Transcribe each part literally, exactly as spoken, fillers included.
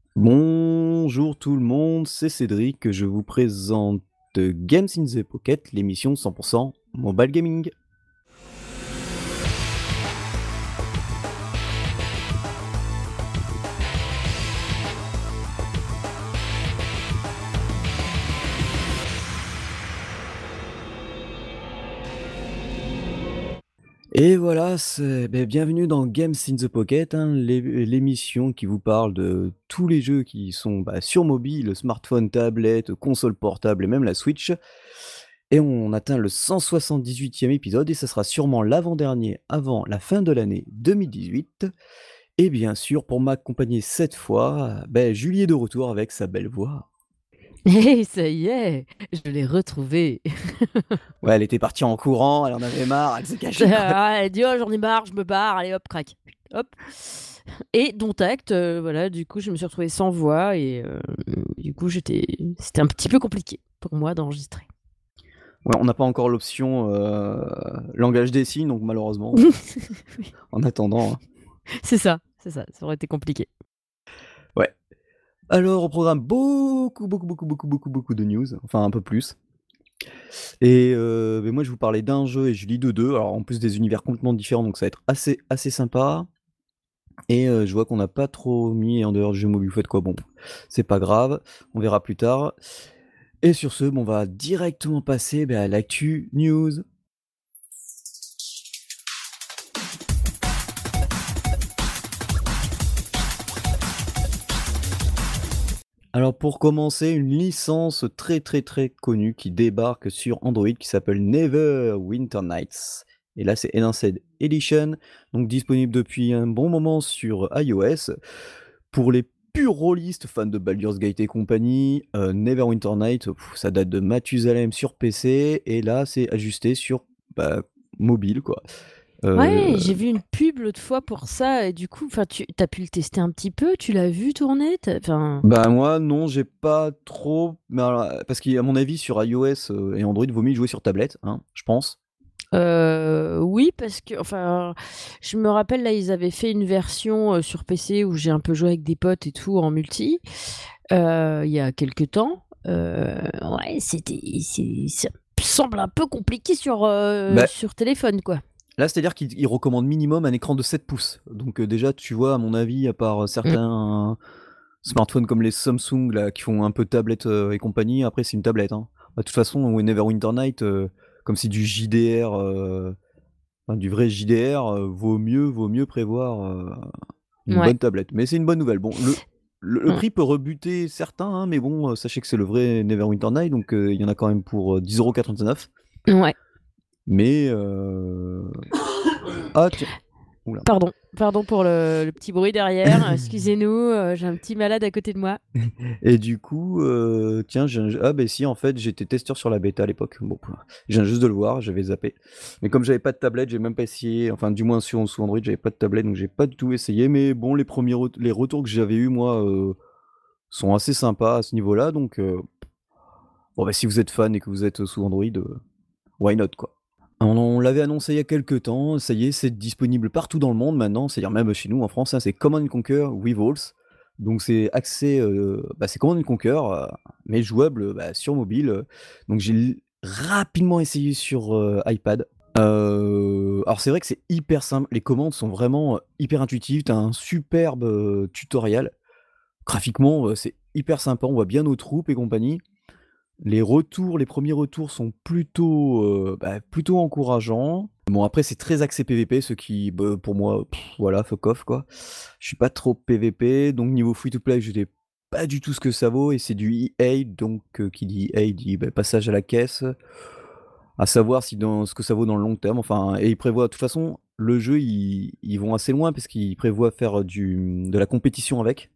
Bonjour tout le monde, c'est Cédric, je vous présente Games in the Pocket, l'émission cent pour cent mobile gaming. Et voilà, c'est- ben, bienvenue dans Games in the Pocket, hein, l'é- l'émission qui vous parle de tous les jeux qui sont bah, sur mobile, smartphone, tablette, console portable et même la Switch. Et on atteint le cent soixante-dix-huitième épisode et ce sera sûrement l'avant-dernier avant la fin de l'année deux mille dix-huit. Et bien sûr, pour m'accompagner cette fois, ben, Julie est de retour avec sa belle voix. Hé, ça y est, je l'ai retrouvé. Ouais, elle était partie en courant, elle en avait marre, elle s'est cachée, quoi. Ah, elle dit: «Oh, j'en ai marre, je me barre, allez hop, crac». Hop et dont acte, heu, voilà, du coup, je me suis retrouvée sans voix et heu, du coup, j'étais c'était un petit peu compliqué pour moi d'enregistrer. Ouais, on n'a pas encore l'option euh, langage des signes, donc malheureusement, Oui, en attendant, hein. c'est ça, c'est ça, ça aurait été compliqué. Ouais. Alors, au programme, beaucoup, beaucoup, beaucoup, beaucoup, beaucoup, beaucoup de news, enfin un peu plus. Et euh, ben moi, je vous parlais d'un jeu et Julie de deux, alors en plus des univers complètement différents, donc ça va être assez, assez sympa. Et euh, je vois qu'on n'a pas trop mis en dehors du jeu mobile, vous faites quoi? Bon, c'est pas grave, on verra plus tard. Et sur ce, bon, on va directement passer ben, à l'actu news. Alors pour commencer, une licence très très très connue qui débarque sur Android qui s'appelle Neverwinter Nights. Et là c'est Enhanced Edition, donc disponible depuis un bon moment sur iOS. Pour les purs rôlistes fans de Baldur's Gate et compagnie, euh, Neverwinter Nights, pff, ça date de Mathusalem sur P C, et là c'est ajusté sur bah, mobile quoi. Euh, Ouais, j'ai vu une pub l'autre fois pour ça et du coup, enfin, tu as pu le tester un petit peu? Tu l'as vu tourner? Tu enfin Bah moi non, j'ai pas trop, mais alors, parce qu'à mon avis sur iOS euh, et Android vaut mieux jouer sur tablette, hein, je pense. Heu, oui, parce que enfin, je me rappelle là, ils avaient fait une version, heu, sur P C où j'ai un peu joué avec des potes et tout en multi, heu, il y a quelque temps. Heu, ouais, c'était c'est ça me semble un peu compliqué sur, heu, Bah sur téléphone, quoi. là c'est-à-dire qu'il il recommande minimum un écran de sept pouces. Donc euh, déjà tu vois à mon avis, à part euh, Mmh. certains smartphones comme les Samsung là qui font un peu tablette euh, et compagnie, après c'est une tablette, hein. Bah, de toute façon, ouais, Neverwinter Night, euh, comme c'est du J D R, euh, enfin, du vrai J D R, euh, vaut mieux, vaut mieux prévoir euh, une Ouais. bonne tablette. Mais c'est une bonne nouvelle. Bon, le, le, le Mmh. prix peut rebuter certains, hein, mais bon, euh, sachez que c'est le vrai Neverwinter Night, donc euh, il y en a quand même pour euh, dix euros quatre-vingt-dix-neuf. Ouais. Mais euh... ah tiens, oula. Pardon, pardon pour le le petit bruit derrière, excusez-nous, heu, j'ai un petit malade à côté de moi. Et du coup, euh, tiens, je viens- ah ben si, en fait, j'étais testeur sur la bêta à l'époque. Bon, je viens juste de le voir, j'avais zappé. Mais comme j'avais pas de tablette, j'ai même pas essayé. Enfin, du moins sur sous Android, j'avais pas de tablette, donc j'ai pas du tout essayé. Mais bon, les premiers ret- les retours que j'avais eu moi euh, sont assez sympas à ce niveau-là. Donc, euh, bon, bah, si vous êtes fan et que vous êtes sous Android, euh, why not quoi. On, on l'avait annoncé il y a quelques temps, ça y est, c'est disponible partout dans le monde maintenant, c'est-à-dire même chez nous en France, hein, c'est Command and Conquer Weevils. Donc c'est axé, euh, bah, c'est Command and Conquer, euh, mais jouable bah, sur mobile. euh. Donc j'ai l- rapidement essayé sur euh, iPad. Euh, alors c'est vrai que c'est hyper simple, les commandes sont vraiment euh, hyper intuitives, t'as un superbe euh, tutoriel. Graphiquement, euh, c'est hyper sympa, on voit bien nos troupes et compagnie. Les retours, les premiers retours sont plutôt, heu, bah, plutôt encourageants. Bon après c'est très axé P V P, ce qui, bah, pour moi, pff, voilà, fuck off quoi. Je suis pas trop P V P, donc niveau free to play, je sais pas du tout ce que ça vaut et c'est du E A, donc heu, qui dit E A dit, bah, passage à la caisse. À savoir si dans ce que ça vaut dans le long terme, enfin et ils prévoient de toute façon, le jeu, ils ils vont assez loin parce qu'ils prévoient faire du de la compétition avec,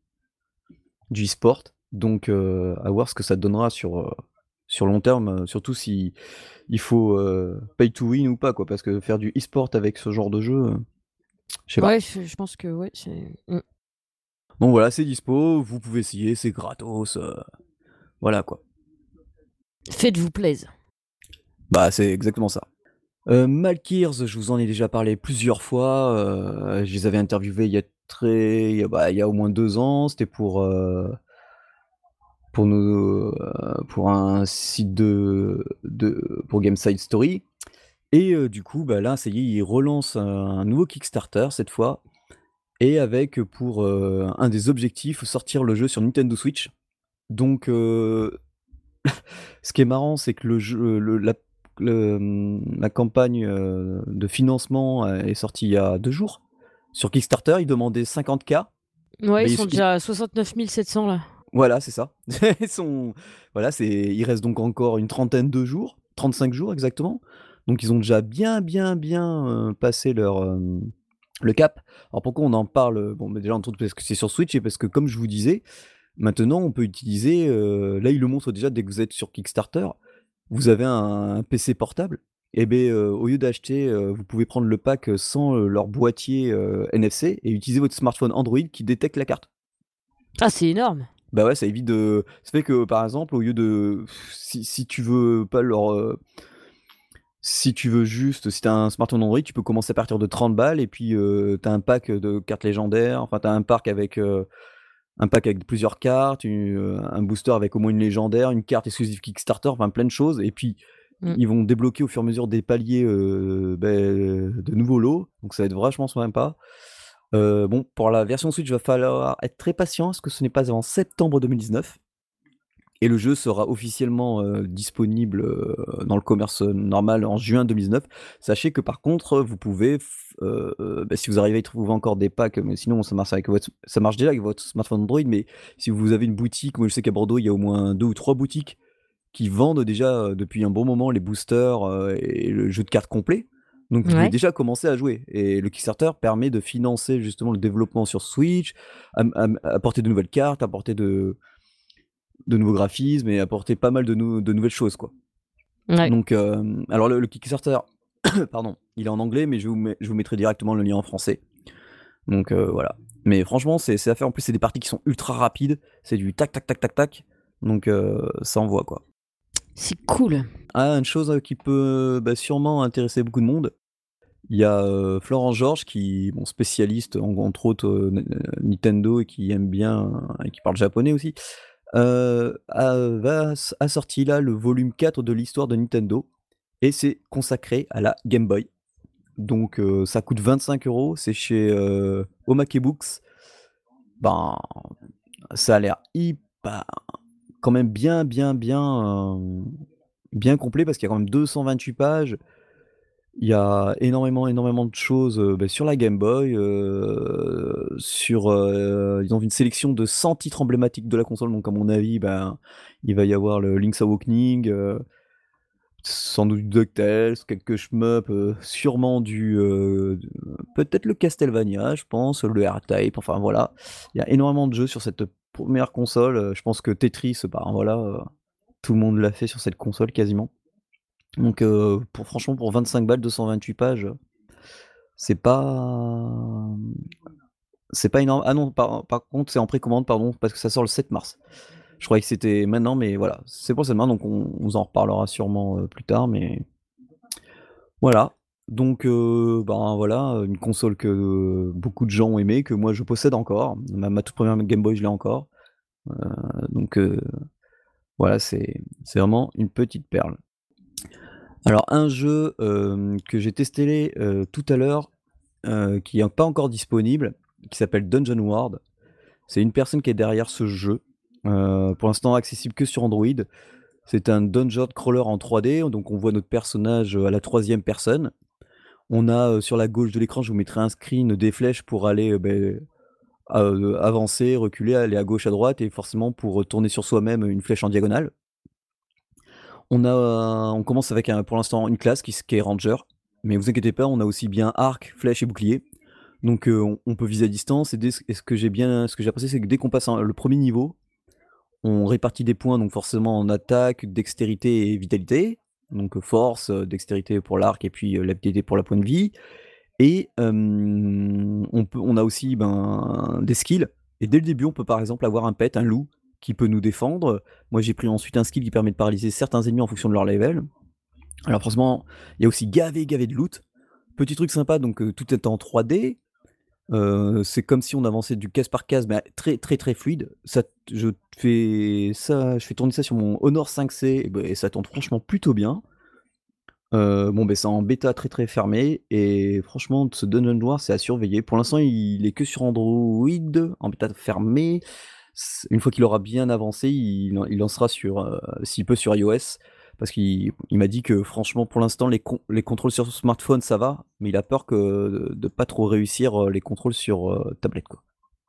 du e-sport. Donc euh, à voir ce que ça donnera sur, euh, sur long terme, euh, surtout si il faut euh, pay to win ou pas, quoi, parce que faire du e-sport avec ce genre de jeu, euh, je sais pas. Ouais, je je pense que ouais, c'est mmh. Donc voilà, c'est dispo, vous pouvez essayer, c'est gratos, euh, voilà quoi. Faites-vous plaise. Bah c'est exactement ça. Euh, Malkirs, je vous en ai déjà parlé plusieurs fois, euh, je les avais interviewés il y a enregistré il y a, bah, il y a au moins deux ans, c'était pour, heu pour nos, heu, pour un site de de pour Game Side Story et heu, du coup, bah, là, ça y est, ils relancent un un nouveau Kickstarter cette fois et avec, heu, pour, heu, un des objectifs, sortir le jeu sur Nintendo Switch. Donc heu, ce qui est marrant, c'est que le jeu le la le, mmh, la campagne, heu, de financement, heu, est sortie il y a deux jours. Sur Kickstarter, ils demandaient cinquante K, Ouais, ils mais ils sont s ils déjà à soixante-neuf mille sept cents là. voilà, c'est ça. Ils sont voilà, c'est il reste donc encore une trentaine de jours, trente-cinq jours exactement. Donc ils ont déjà bien, bien, bien, heu, passé leur, hem, le cap. Alors pourquoi on en parle? Heu, bon, bah, déjà entre autres parce que c'est sur Switch et parce que comme je vous disais, maintenant on peut utiliser, heu, là, ils le montrent déjà dès que vous êtes sur Kickstarter, vous avez un un P C portable et beh, heu, au lieu d'acheter, heu, vous pouvez prendre le pack, heu, sans, heu, leur boîtier, heu, N F C et utiliser votre smartphone Android qui détecte la carte. Ah, c'est énorme! Bah, ouais, ça évite de ça fait que, par exemple, au lieu de si si tu veux pas leur, heu, si tu veux juste si tu as un smartphone Android, tu peux commencer à partir de trente balles et puis, heu, tu as un pack, de cartes légendaires, enfin, tu as un parc avec, heu, un pack avec plusieurs cartes, u heu, un booster avec au moins une légendaire, une carte exclusive Kickstarter, enfin plein de choses et puis Mmh. ils vont débloquer au fur et à mesure des paliers, heu, beh, de nouveaux lots, donc ça va être vachement sympa. Heu, bon, pour la version Switch, va falloir être très patient parce que ce n'est pas avant septembre deux mille dix-neuf et le jeu sera officiellement, heu, disponible, heu, dans le commerce, heu, normal en juin deux mille dix-neuf. Sachez que par contre, vous pouvez f heu heu, bah, si vous arrivez à y trouver encore des packs, mais sinon ça marche avec votre ça marche déjà avec votre smartphone Android, mais si vous avez une boutique, moi je sais qu'à Bordeaux, il y a au moins deux ou trois boutiques qui vendent déjà, heu, depuis un bon moment les boosters, heu et le jeu de cartes complet. Donc vous pouvez Ouais. déjà commencer à jouer et le Kickstarter permet de financer justement le développement sur Switch, am am apporter de nouvelles cartes, apporter de de nouveaux graphismes et apporter pas mal de nou de nouvelles choses, quoi. Ouais. Donc hem, alors le le Kickstarter, pardon, il est en anglais, mais je vous mets je vous mettrai directement le lien en français. Donc heu, voilà. Mais franchement, c'est c'est à faire. En plus, c'est des parties qui sont ultra rapides. C'est du tac, tac, tac, tac, tac. Donc heu, ça envoie, quoi. C'est cool. Ah, une chose, heu, qui peut, bah, sûrement intéresser beaucoup de monde, il y a, heu, Florent Georges qui bon spécialiste en entre autres, heu, N heu, Nintendo et qui aime bien et qui parle japonais aussi, heu, a va a sorti là le volume quatre de l'histoire de Nintendo et c'est consacré à la Game Boy. Donc heu, ça coûte vingt-cinq euros, c'est chez, heu, Omake Books. Ben, ça a l'air hyp bah, quand même bien, bien, bien, hem, bien complet parce qu'il y a quand même deux cent vingt-huit pages. Il y a énormément, énormément de choses, heu, bah, sur la Game Boy, heu, sur, heu, ils ont une sélection de cent titres emblématiques de la console, donc à mon avis, ben, il va y avoir le Link's Awakening, heu, sans doute DuckTales, quelques shmups, heu, sûrement du, heu, d peut-être le Castlevania, je pense, le R-Type, enfin voilà. Il y a énormément de jeux sur cette première console, heu, je pense que Tetris, ben, voilà, heu, tout le monde l'a fait sur cette console quasiment. Donc heu, pour franchement pour vingt-cinq balles, deux cent vingt-huit pages, c'est pas, mmh, c'est pas énorme. Ah non, par par contre, c'est en précommande, pardon, parce que ça sort le sept mars. Je croyais que c'était maintenant, mais voilà, c'est pour le sept mars, donc on on vous en reparlera sûrement, heu, plus tard, mais voilà. Donc heu, ben, voilà, une console que beaucoup de gens ont aimée, que moi je possède encore. Ma ma toute première Game Boy, je l'ai encore. Heu, donc heu, voilà, c'est c'est vraiment une petite perle. Alors un jeu, hem, que j'ai testé, heu, tout à l'heure, heu, qui est pas encore disponible, qui s'appelle Dungeon World. C'est une personne qui est derrière ce jeu, heu, pour l'instant accessible que sur Android. C'est un dungeon crawler en trois D, donc on voit notre personnage, heu, à la troisième personne. On a, heu, sur la gauche de l'écran, je vous mettrai un screen, des flèches pour aller, heu, beh, heu, avancer, reculer, aller à gauche, à droite et forcément pour, heu, tourner sur soi-même, une flèche en diagonale. On a on commence avec un pour l'instant une classe qui s qui est ranger, mais vous inquiétez pas, on a aussi bien arc, flèche et bouclier. Donc heu, on on peut viser à distance et dès et ce que j'ai bien ce que j'ai apprécié, c'est que dès qu'on passe un le premier niveau, on répartit des points donc forcément en attaque, dextérité et vitalité. Donc heu, force, heu, dextérité pour l'arc et puis, heu, la vitalité pour la points de vie et hem, on peut on a aussi, ben, des skills et dès le début, on peut par exemple avoir un pet, un loup qui peut nous défendre. Moi, j'ai pris ensuite un skill qui permet de paralyser certains ennemis en fonction de leur level. Alors forcément, il y a aussi gavé, gavé de loot. Petit truc sympa, donc heu, tout est en trois D. Heu, c'est comme si on avançait du case par case, mais très, très, très fluide. Ça t je fais ça je fais tourner ça sur mon Honor cinq C et beh, et ça tourne franchement plutôt bien. Heu, bon, beh, c'est en bêta très, très fermée et franchement, ce Dungeon Noir, c'est à surveiller. Pour l'instant, il est que sur Android, en bêta fermée. S une fois qu'il aura bien avancé, il lan il lancera sur, heu, s'il peut sur iOS. Parce qu'il il m'a dit que franchement, pour l'instant, les con les contrôles sur smartphone, ça va, mais il a peur que de pas trop réussir, heu, les contrôles sur, heu, tablette, quoi.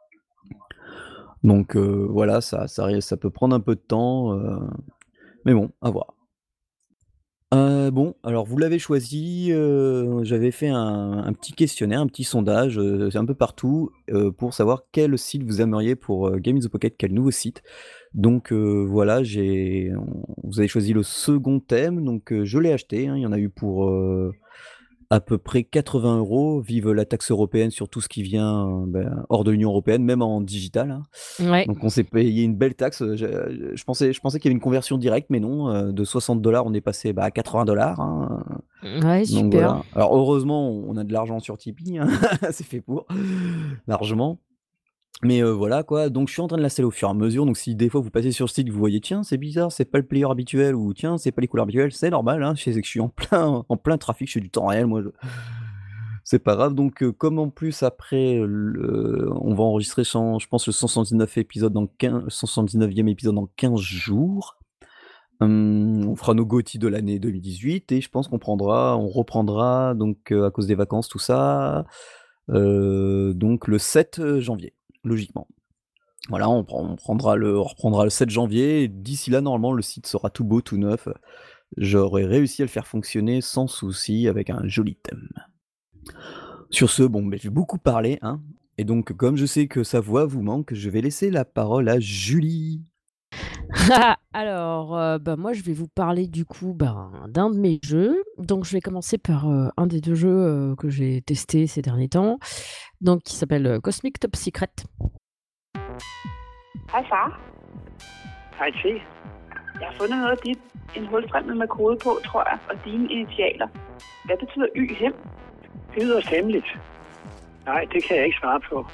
Donc heu, voilà, ça ça ri ça peut prendre un peu de temps, heu, mais bon, à voir. Heu, bon, alors vous l'avez choisi, heu, j'avais fait un un petit questionnaire, un petit sondage, heu, c'est un peu partout, heu, pour savoir quel site vous aimeriez pour, heu, Game in the Pocket, quel nouveau site. Donc heu, voilà, j'ai on vous avez choisi le second thème, donc heu, je l'ai acheté, hein. Il y en a eu pour, heu, à peu près quatre-vingts euros. Vive la taxe européenne sur tout ce qui vient, heu, ben, hors de l'Union européenne, même en digital, hein. Ouais. Donc on s'est payé une belle taxe, heu, je je pensais je pensais qu'il y avait une conversion directe, mais non, heu, de soixante dollars on est passé, bah, à quatre-vingts dollars, hein, Ouais, donc super. voilà. Alors heureusement, on a de l'argent sur Tipeee, hein, c'est fait pour, largement. Mais heu, voilà quoi, donc je suis en train de l'installer au fur et à mesure, donc si des fois vous passez sur le site, vous voyez: «Tiens, c'est bizarre, c'est pas le player habituel» ou «Tiens, c'est pas les couleurs habituelles», c'est normal, hein, c'est que je suis en plein en plein trafic, je fais du temps réel, moi je c'est pas grave, donc heu, comme en plus après le on va enregistrer cent je pense le cent soixante-dix-neuf épisode dans quin cent soixante-dix-neuvième épisode dans quinze jours. Hem, on fera nos GOTY de l'année deux mille dix-huit et je pense qu'on prendra on reprendra donc heu, à cause des vacances tout ça, heu, donc le sept, heu, janvier, logiquement. Voilà, on prend on prendra le on reprendra le sept janvier et d'ici là, normalement, le site sera tout beau, tout neuf. J'aurais réussi à le faire fonctionner sans souci avec un joli thème. Sur ce, bon, beh, j'ai beaucoup parlé, hein, et donc comme je sais que sa voix vous manque, je vais laisser la parole à Julie. Alors, heu, bah, moi, je vais vous parler du coup, ben, d'un de mes jeux. Donc je vais commencer par, heu, un des deux jeux, heu, que j'ai testé ces derniers temps, donc qui s'appelle, heu, Cosmic Top Secret. Hej far. Hej T. Jeg har fundet noget af dit. En hulstrimmet med kode på, tror jeg, og dine initialer. Hvad betyder Y hem? Yderst hemmeligt. Nej, det kan jeg ikke svare på.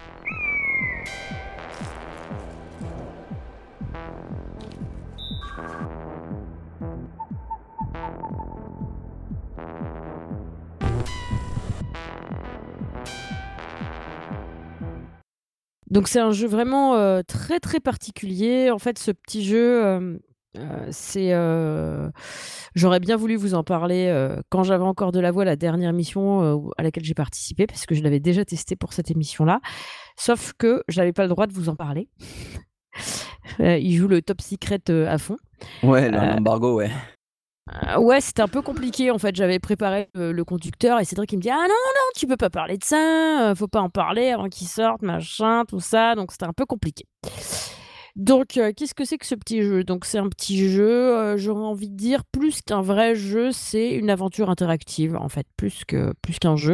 Donc c'est un jeu vraiment, heu, très, très particulier. En fait, ce petit jeu, hem, heu, c'est, heu j'aurais bien voulu vous en parler, heu, quand j'avais encore de la voix, la dernière mission, heu, à laquelle j'ai participé, parce que je l'avais déjà testé pour cette émission-là. Sauf que j'avais pas le droit de vous en parler. Heu, il joue le top secret, heu, à fond. Ouais, l'em Heu l'embargo, ouais. Heu, ouais, c'était un peu compliqué en fait. J'avais préparé, heu, le conducteur et Cédric il me dit: «Ah non, non, tu peux pas parler de ça, heu, faut pas en parler avant qu'il sorte, machin, tout ça», donc c'était un peu compliqué. Donc heu, qu'est-ce que c'est que ce petit jeu? Donc c'est un petit jeu, heu, j'aurais envie de dire plus qu'un vrai jeu, c'est une aventure interactive en fait, plus que plus qu'un jeu.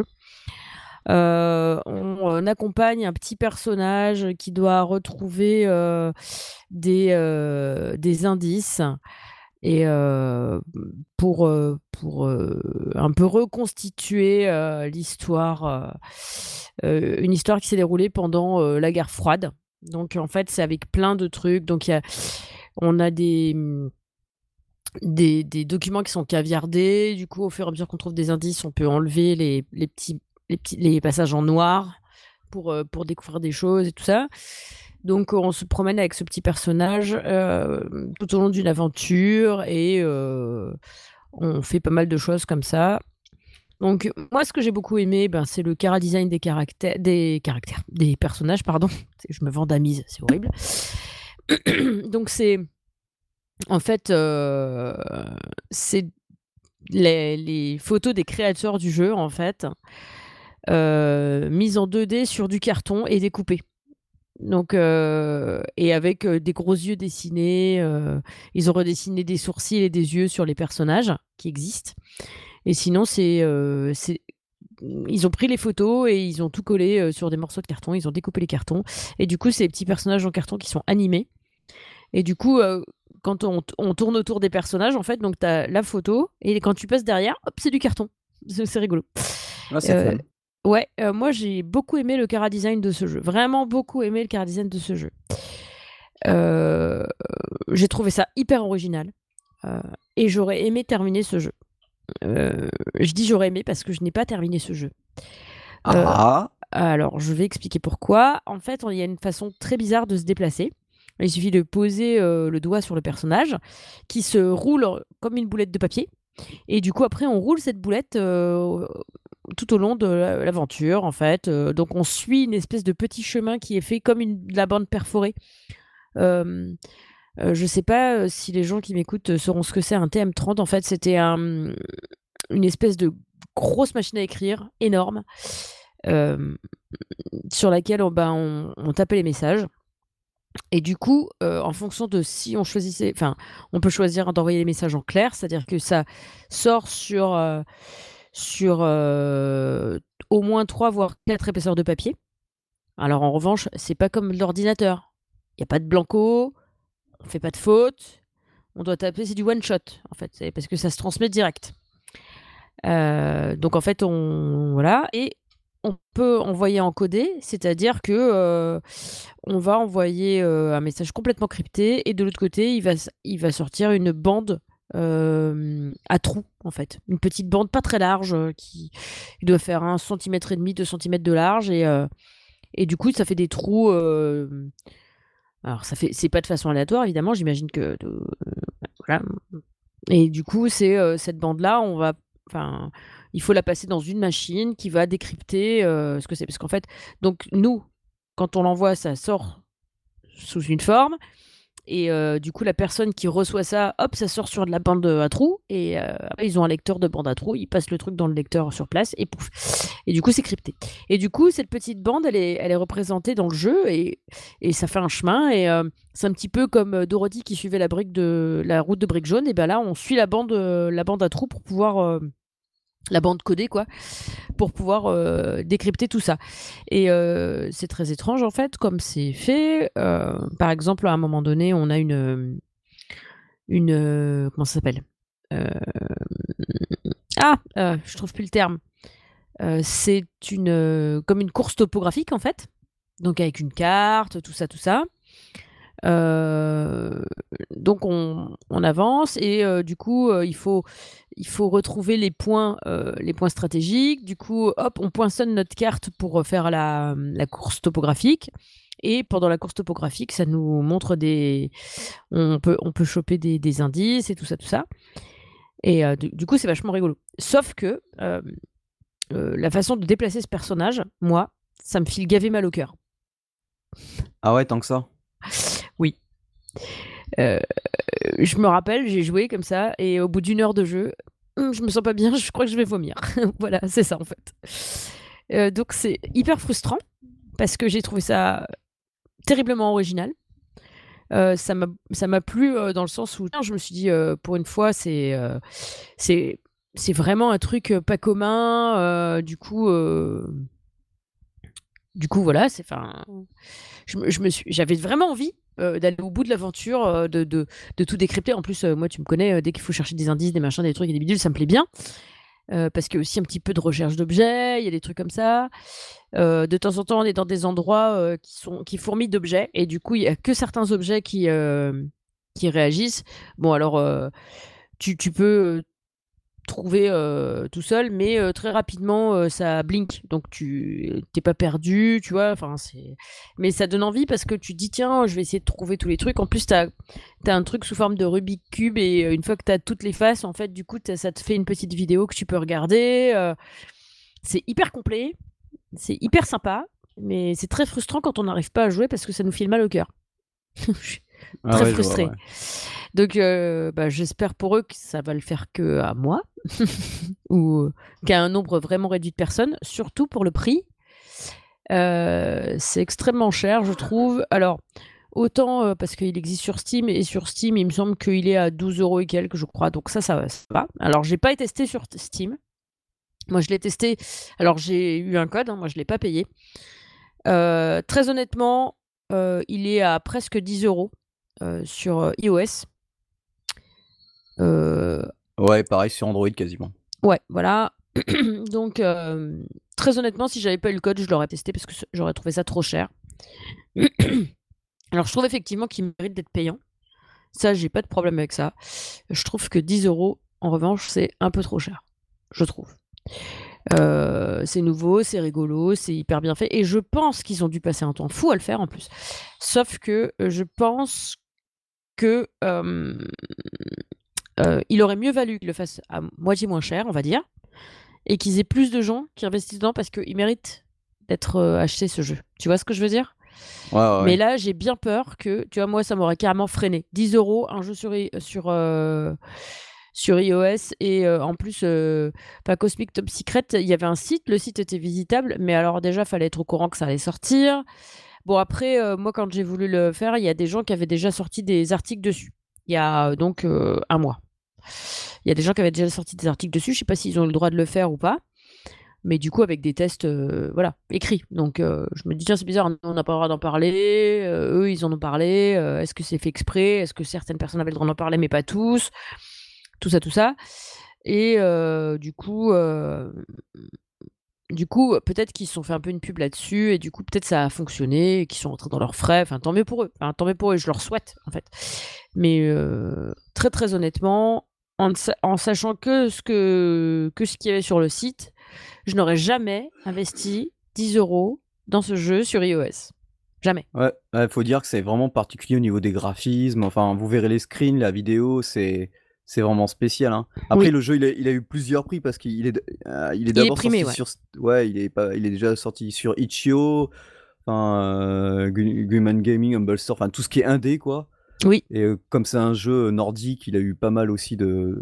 Heu, on accompagne un petit personnage qui doit retrouver, heu, des, heu, des indices et heu, pour, heu, pour, heu, un peu reconstituer, heu, l'histoire, heu heu, une histoire qui s'est déroulée pendant, heu, la guerre froide. Donc en fait, c'est avec plein de trucs. Donc il y a on a des, mmh, des des documents qui sont caviardés. Du coup, au fur et à mesure qu'on trouve des indices, on peut enlever les les petits les petits les passages en noir pour, heu, pour découvrir des choses et tout ça. Donc on se promène avec ce petit personnage, hem, tout au long d'une aventure et heu, on fait pas mal de choses comme ça. Donc moi, ce que j'ai beaucoup aimé, ben, c'est le chara-design des caractères des caractères, des personnages, pardon. Je me vandamise, c'est horrible. Donc c'est en fait, heu, c'est les les photos des créateurs du jeu, en fait, heu, mises en deux D sur du carton et découpées. Donc heu et avec, heu, des gros yeux dessinés, heu, ils ont redessiné des sourcils et des yeux sur les personnages qui existent et sinon c'est, heu, c'est mmh, ils ont pris les photos et ils ont tout collé, heu, sur des morceaux de carton. Ils ont découpé les cartons et du coup, c'est des petits personnages en carton qui sont animés et du coup, heu, quand on t on tourne autour des personnages, en fait, donc tu as la photo et quand tu passes derrière, hop, c'est du carton. C'est c'est rigolo. Ah, c'est Heu fun. Ouais, heu, moi j'ai beaucoup aimé le chara design de ce jeu. Vraiment beaucoup aimé le chara design de ce jeu. Heu, j'ai trouvé ça hyper original, heu et j'aurais aimé terminer ce jeu. Heu, je dis j'aurais aimé parce que je n'ai pas terminé ce jeu. Heu, Ah! alors je vais expliquer pourquoi. En fait, il y a une façon très bizarre de se déplacer. Il suffit de poser, heu, le doigt sur le personnage qui se roule comme une boulette de papier et du coup après on roule cette boulette, heu, tout au long de la l'aventure en fait, heu, donc on suit une espèce de petit chemin qui est fait comme une de la bande perforée. Hem, heu, je sais pas, heu, si les gens qui m'écoutent, heu, sauront ce que c'est un T M trente. En fait, c'était un, mmh, une espèce de grosse machine à écrire énorme, hem, sur laquelle on, ben, on on tapait les messages et du coup, heu, en fonction de si on choisissait enfin, on peut choisir d'envoyer les messages en clair, c'est-à-dire que ça sort sur, heu, sur, heu, au moins trois voire quatre épaisseurs de papier. Alors en revanche, c'est pas comme l'ordinateur. Il y a pas de blanco, on fait pas de fautes, on doit taper, c'est du one shot en fait, c'est parce que ça se transmet direct. Heu, donc en fait, on voilà et on peut envoyer encodé, c'est-à-dire que, heu, on va envoyer, heu, un message complètement crypté et de l'autre côté, il va s il va sortir une bande, hem, à trous, en fait. Une petite bande pas très large, heu, qui qui doit faire un centimètre et demi, deux centimètres de large et heu et du coup, ça fait des trous, hem, alors ça fait c'est pas de façon aléatoire évidemment, j'imagine que de voilà, mmh et du coup, c'est, heu, cette bande-là, on va enfin, il faut la passer dans une machine qui va décrypter, heu, ce que c'est. Parce qu'en fait donc nous, quand on l'envoie, ça sort sous une forme et heu, du coup, la personne qui reçoit ça, hop, ça sort sur de la bande, heu, à trous et heu, après ils ont un lecteur de bande à trous, ils passent le truc dans le lecteur sur place et pouf et du coup, c'est crypté et du coup, cette petite bande, elle est elle est représentée dans le jeu et et ça fait un chemin et heu, c'est un petit peu comme, heu, Dorothy qui suivait la brique de la route de briques jaunes et ben là, on suit la bande, heu, la bande à trous pour pouvoir, heu la bande codée quoi, pour pouvoir, heu, décrypter tout ça et heu, c'est très étrange en fait comme c'est fait, heu, par exemple, à un moment donné, on a une, hem, une, heu, comment ça s'appelle? Hem, ah! Heu, je trouve plus le terme. Heu, c'est une, heu, comme une course topographique en fait, donc avec une carte, tout ça, tout ça. Heu, donc on on avance et heu, du coup, heu, il faut il faut retrouver les points, heu, les points stratégiques. Du coup, hop, on poinçonne notre carte pour, heu, faire la, mmh, la course topographique et pendant la course topographique, ça nous montre des on peut on peut choper des des indices et tout ça, tout ça et heu, du du coup, c'est vachement rigolo. Sauf que, hem, heu, la façon de déplacer ce personnage, moi, ça me file gavé mal au cœur. Ah ouais, tant que ça? Oui. Heu, je me rappelle, j'ai joué comme ça et au bout d'une heure de jeu, mmh, je me sens pas bien, je crois que je vais vomir. Voilà, c'est ça en fait. Heu, donc c'est hyper frustrant parce que j'ai trouvé ça terriblement original. Heu, ça m'a ça m'a plu, heu, dans le sens où je me suis dit, heu: «Pour une fois, c'est, heu, c'est c'est vraiment un truc, heu, pas commun», heu, du coup, heu, du coup voilà, c'est enfin je me je me suis j'avais vraiment envie, heu, d'aller au bout de l'aventure, heu, de de de tout décrypter. En plus, heu, moi, tu me connais, heu, dès qu'il faut chercher des indices, des machins, des trucs et des bidules, ça me plaît bien. Heu, parce qu'il y a aussi un petit peu de recherche d'objets, il y a des trucs comme ça. Heu, de temps en temps, on est dans des endroits, heu, qui sont qui fourmillent d'objets et du coup, il y a que certains objets qui, hem, qui réagissent. Bon alors, heu, tu tu peux, heu, trouver, heu, tout seul, mais heu, très rapidement, heu, ça blink, donc tu tu pas perdu, tu vois? Enfin, c'est mais ça donne envie parce que tu te dis: «Tiens, je vais essayer de trouver tous les trucs». En plus, tu as un truc sous forme de Rubik's cube et heu, une fois que tu as toutes les faces, en fait, du coup, tu ça te fait une petite vidéo que tu peux regarder, heu, c'est hyper complet, c'est hyper sympa, mais c'est très frustrant quand on n'arrive pas à jouer parce que ça nous file mal au cœur. Je suis Ah très ouais, je vois, frustrée. ouais. Donc heu, bah, j'espère pour eux que ça va le faire qu'à moi ou qu'à un nombre vraiment réduit de personnes, surtout pour le prix. Heu, c'est extrêmement cher, je trouve. Alors, autant, heu, parce qu'il existe sur Steam et sur Steam, il me semble qu'il est à douze euros et quelques, je crois, donc ça, ça va ça va. Alors j'ai pas testé sur Steam. Moi, je l'ai testé alors j'ai eu un code, hein, moi je l'ai pas payé. Heu, très honnêtement, heu, il est à presque dix euros heu, sur, heu, iOS. Heu, Ouais, pareil sur Android quasiment. ouais, voilà. Donc hem, très honnêtement, si j'avais pas eu le code, je l'aurais testé parce que ce- j'aurais trouvé ça trop cher. Alors, je trouve effectivement qu'il mérite d'être payant. Ça, j'ai pas de problème avec ça. Je trouve que dix euros, en revanche, c'est un peu trop cher. Je trouve. Euh, c'est nouveau, c'est rigolo, c'est hyper bien fait. Et je pense qu'ils ont dû passer un temps fou à le faire en plus. Sauf que euh, je pense que euh, euh, il aurait mieux valu qu'ils le fassent à moitié moins cher, on va dire, et qu'ils aient plus de gens qui investissent dedans parce qu'ils méritent d'être euh, achetés ce jeu. Tu vois ce que je veux dire? Ouais, ouais, Mais ouais. là, j'ai bien peur que, tu vois, moi, ça m'aurait carrément freiné. dix euros, un jeu sur, i- sur, euh, sur iOS, et euh, en plus, euh, pas Cosmic Top Secret, il y avait un site, le site était visitable, mais alors déjà, fallait être au courant que ça allait sortir. Bon, après, euh, moi, quand j'ai voulu le faire, il y a des gens qui avaient déjà sorti des articles dessus. Il y a euh, donc euh, un mois. Il y a des gens qui avaient déjà sorti des articles dessus. Je sais pas s'ils ont eu le droit de le faire ou pas. Mais du coup, avec des tests, euh, voilà, écrits. Donc, euh, je me dis, tiens, c'est bizarre, nous, on n'a pas le droit d'en parler. euh, eux, ils en ont parlé. euh, Est-ce que c'est fait exprès? Est-ce que certaines personnes avaient le droit d'en parler, mais pas tous? Tout ça, tout ça. Et euh, du coup, euh, du coup, peut-être qu'ils se sont fait un peu une pub là-dessus. Et du coup, peut-être ça a fonctionné. Et qu'ils sont rentrés dans leurs frais. Enfin, tant mieux pour eux. Enfin, tant mieux pour eux. Je leur souhaite, en fait. Mais euh, très, très honnêtement, en, sa- en sachant que ce que, que ce qu'il y avait sur le site, je n'aurais jamais investi dix euros dans ce jeu sur iOS. Jamais. Ouais, ouais, faut dire que c'est vraiment particulier au niveau des graphismes. Enfin, vous verrez les screens, la vidéo, c'est c'est vraiment spécial, hein. Après, Oui, le jeu, il a, il a eu plusieurs prix parce qu'il est, d- euh, il est il est d'abord primé, sorti ouais. sur, ouais, il est pas, il est déjà sorti sur itch point io, enfin, euh, Gu- Guman Gaming, Humble Store, enfin tout ce qui est indé, quoi. Oui, Et euh, comme c'est un jeu nordique, il a eu pas mal aussi de,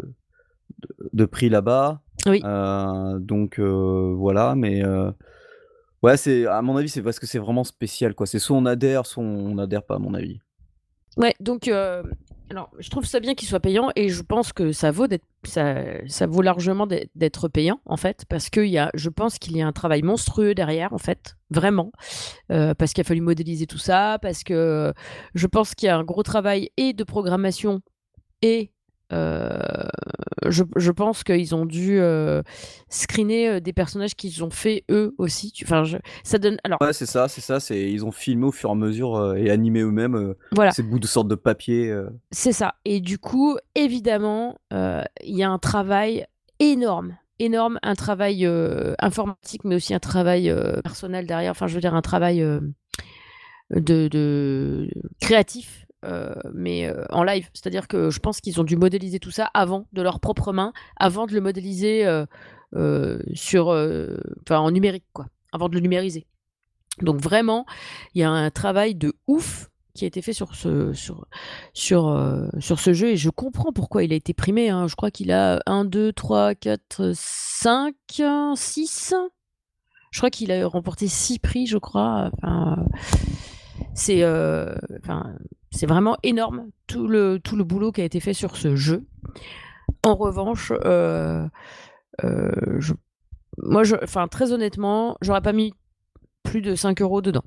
de prix là-bas. oui. Euh, donc euh, voilà, mais euh, ouais, c'est à mon avis, c'est parce que c'est vraiment spécial, quoi. C'est soit on adhère, soit on n'adhère pas, à mon avis. Ouais, donc, euh, alors, je trouve ça bien qu'il soit payant et je pense que ça vaut d'être, ça, ça vaut largement d'être d'être payant, en fait, parce que il y a, je pense qu'il y a un travail monstrueux derrière, en fait, vraiment, euh, parce qu'il a fallu modéliser tout ça, parce que je pense qu'il y a un gros travail et de programmation et euh, je, je pense qu'ils ont dû euh, screener euh, des personnages qu'ils ont fait eux aussi. Tu- Enfin, je- ça donne. Alors, Ouais, c'est ça, c'est ça. C'est ils ont filmé au fur et à mesure euh, et animé eux-mêmes euh, voilà, ces bouts de sorte de papier. euh. c'est ça. Et du coup, évidemment, euh, il y a un travail énorme, énorme, un travail euh, informatique, mais aussi un travail euh, personnel derrière. Enfin, je veux dire, un travail euh, de, de créatif. euh, mais euh, en live, c'est-à-dire que je pense qu'ils ont dû modéliser tout ça avant, de leurs propres mains, avant de le modéliser euh, euh, sur, euh, enfin, en numérique, quoi, avant de le numériser. Donc vraiment, il y a un travail de ouf qui a été fait sur ce, sur, sur, euh, sur ce jeu et je comprends pourquoi il a été primé, hein. Je crois qu'il a un, deux, trois, quatre, cinq, six. Je crois qu'il a remporté six prix, je crois. Enfin, c'est euh, enfin, c'est vraiment énorme tout le, tout le boulot qui a été fait sur ce jeu. En revanche, euh, euh, je- moi, je, enfin, très honnêtement, j'aurais pas mis plus de cinq euros dedans.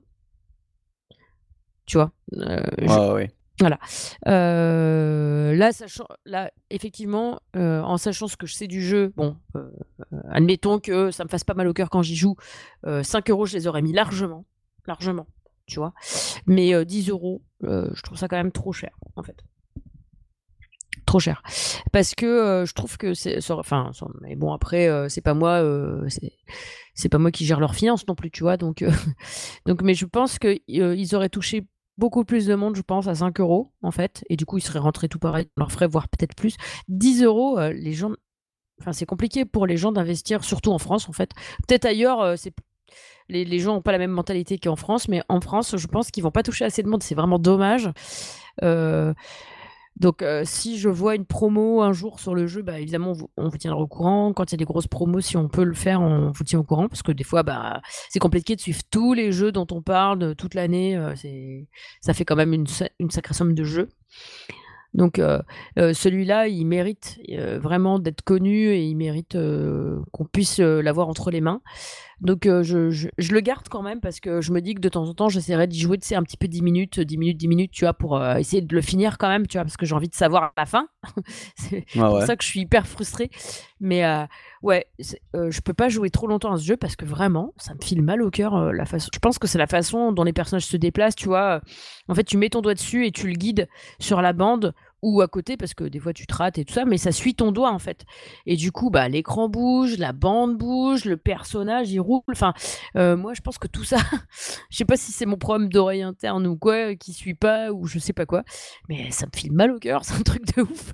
Tu vois. Euh, Ouais, je- ouais, ouais. voilà. Euh, là, sachant, là, effectivement, euh, en sachant ce que je sais du jeu, bon, euh, euh, admettons que ça me fasse pas mal au cœur quand j'y joue, euh, cinq euros, je les aurais mis largement, largement, tu vois. Mais euh, dix euros, euh, je trouve ça quand même trop cher, en fait. Trop cher. Parce que euh, je trouve que c'est. ça- Enfin, ça- mais bon, après, euh, c'est pas moi. euh, c'est c'est pas moi qui gère leurs finances non plus, tu vois. Donc, euh, donc mais je pense qu'ils auraient touché beaucoup plus de monde, je pense, à cinq euros, en fait. Et du coup, ils seraient rentrés tout pareil dans leurs frais, voire peut-être plus. dix euros, euh, les gens. Enfin, c'est compliqué pour les gens d'investir, surtout en France, en fait. Peut-être ailleurs, euh, c'est. Les, les gens n'ont pas la même mentalité qu'en France, mais en France, je pense qu'ils vont pas toucher assez de monde. C'est vraiment dommage. Euh, donc, euh, si je vois une promo un jour sur le jeu, bah, évidemment, on vous, on vous tiendra au courant. Quand il y a des grosses promos, si on peut le faire, on vous tient au courant. Parce que des fois, bah, c'est compliqué de suivre tous les jeux dont on parle de toute l'année. euh, c'est, ça fait quand même une, sa- une sacrée somme de jeux. Donc, euh, euh, celui-là, il mérite euh, vraiment d'être connu et il mérite euh, qu'on puisse euh, l'avoir entre les mains. Donc euh, je, je, je le garde quand même parce que je me dis que de temps en temps, j'essaierai d'y jouer, tu sais, un petit peu dix minutes, dix minutes, dix minutes, tu vois, pour euh, essayer de le finir quand même, tu vois, parce que j'ai envie de savoir la fin. C'est Ouais, pour ouais. ça que je suis hyper frustrée. Mais euh, ouais, c'est- euh, je peux pas jouer trop longtemps à ce jeu parce que vraiment, ça me file mal au cœur. euh, la façon... Je pense que c'est la façon dont les personnages se déplacent, tu vois. En fait, tu mets ton doigt dessus et tu le guides sur la bande ou à côté parce que des fois tu te rates et tout ça, mais ça suit ton doigt en fait. Et du coup, bah, l'écran bouge, la bande bouge, le personnage il roule. Enfin, euh, moi je pense que tout ça, je sais pas si c'est mon problème d'oreille interne ou quoi, qui suit pas ou je sais pas quoi, mais ça me file mal au cœur, c'est un truc de ouf.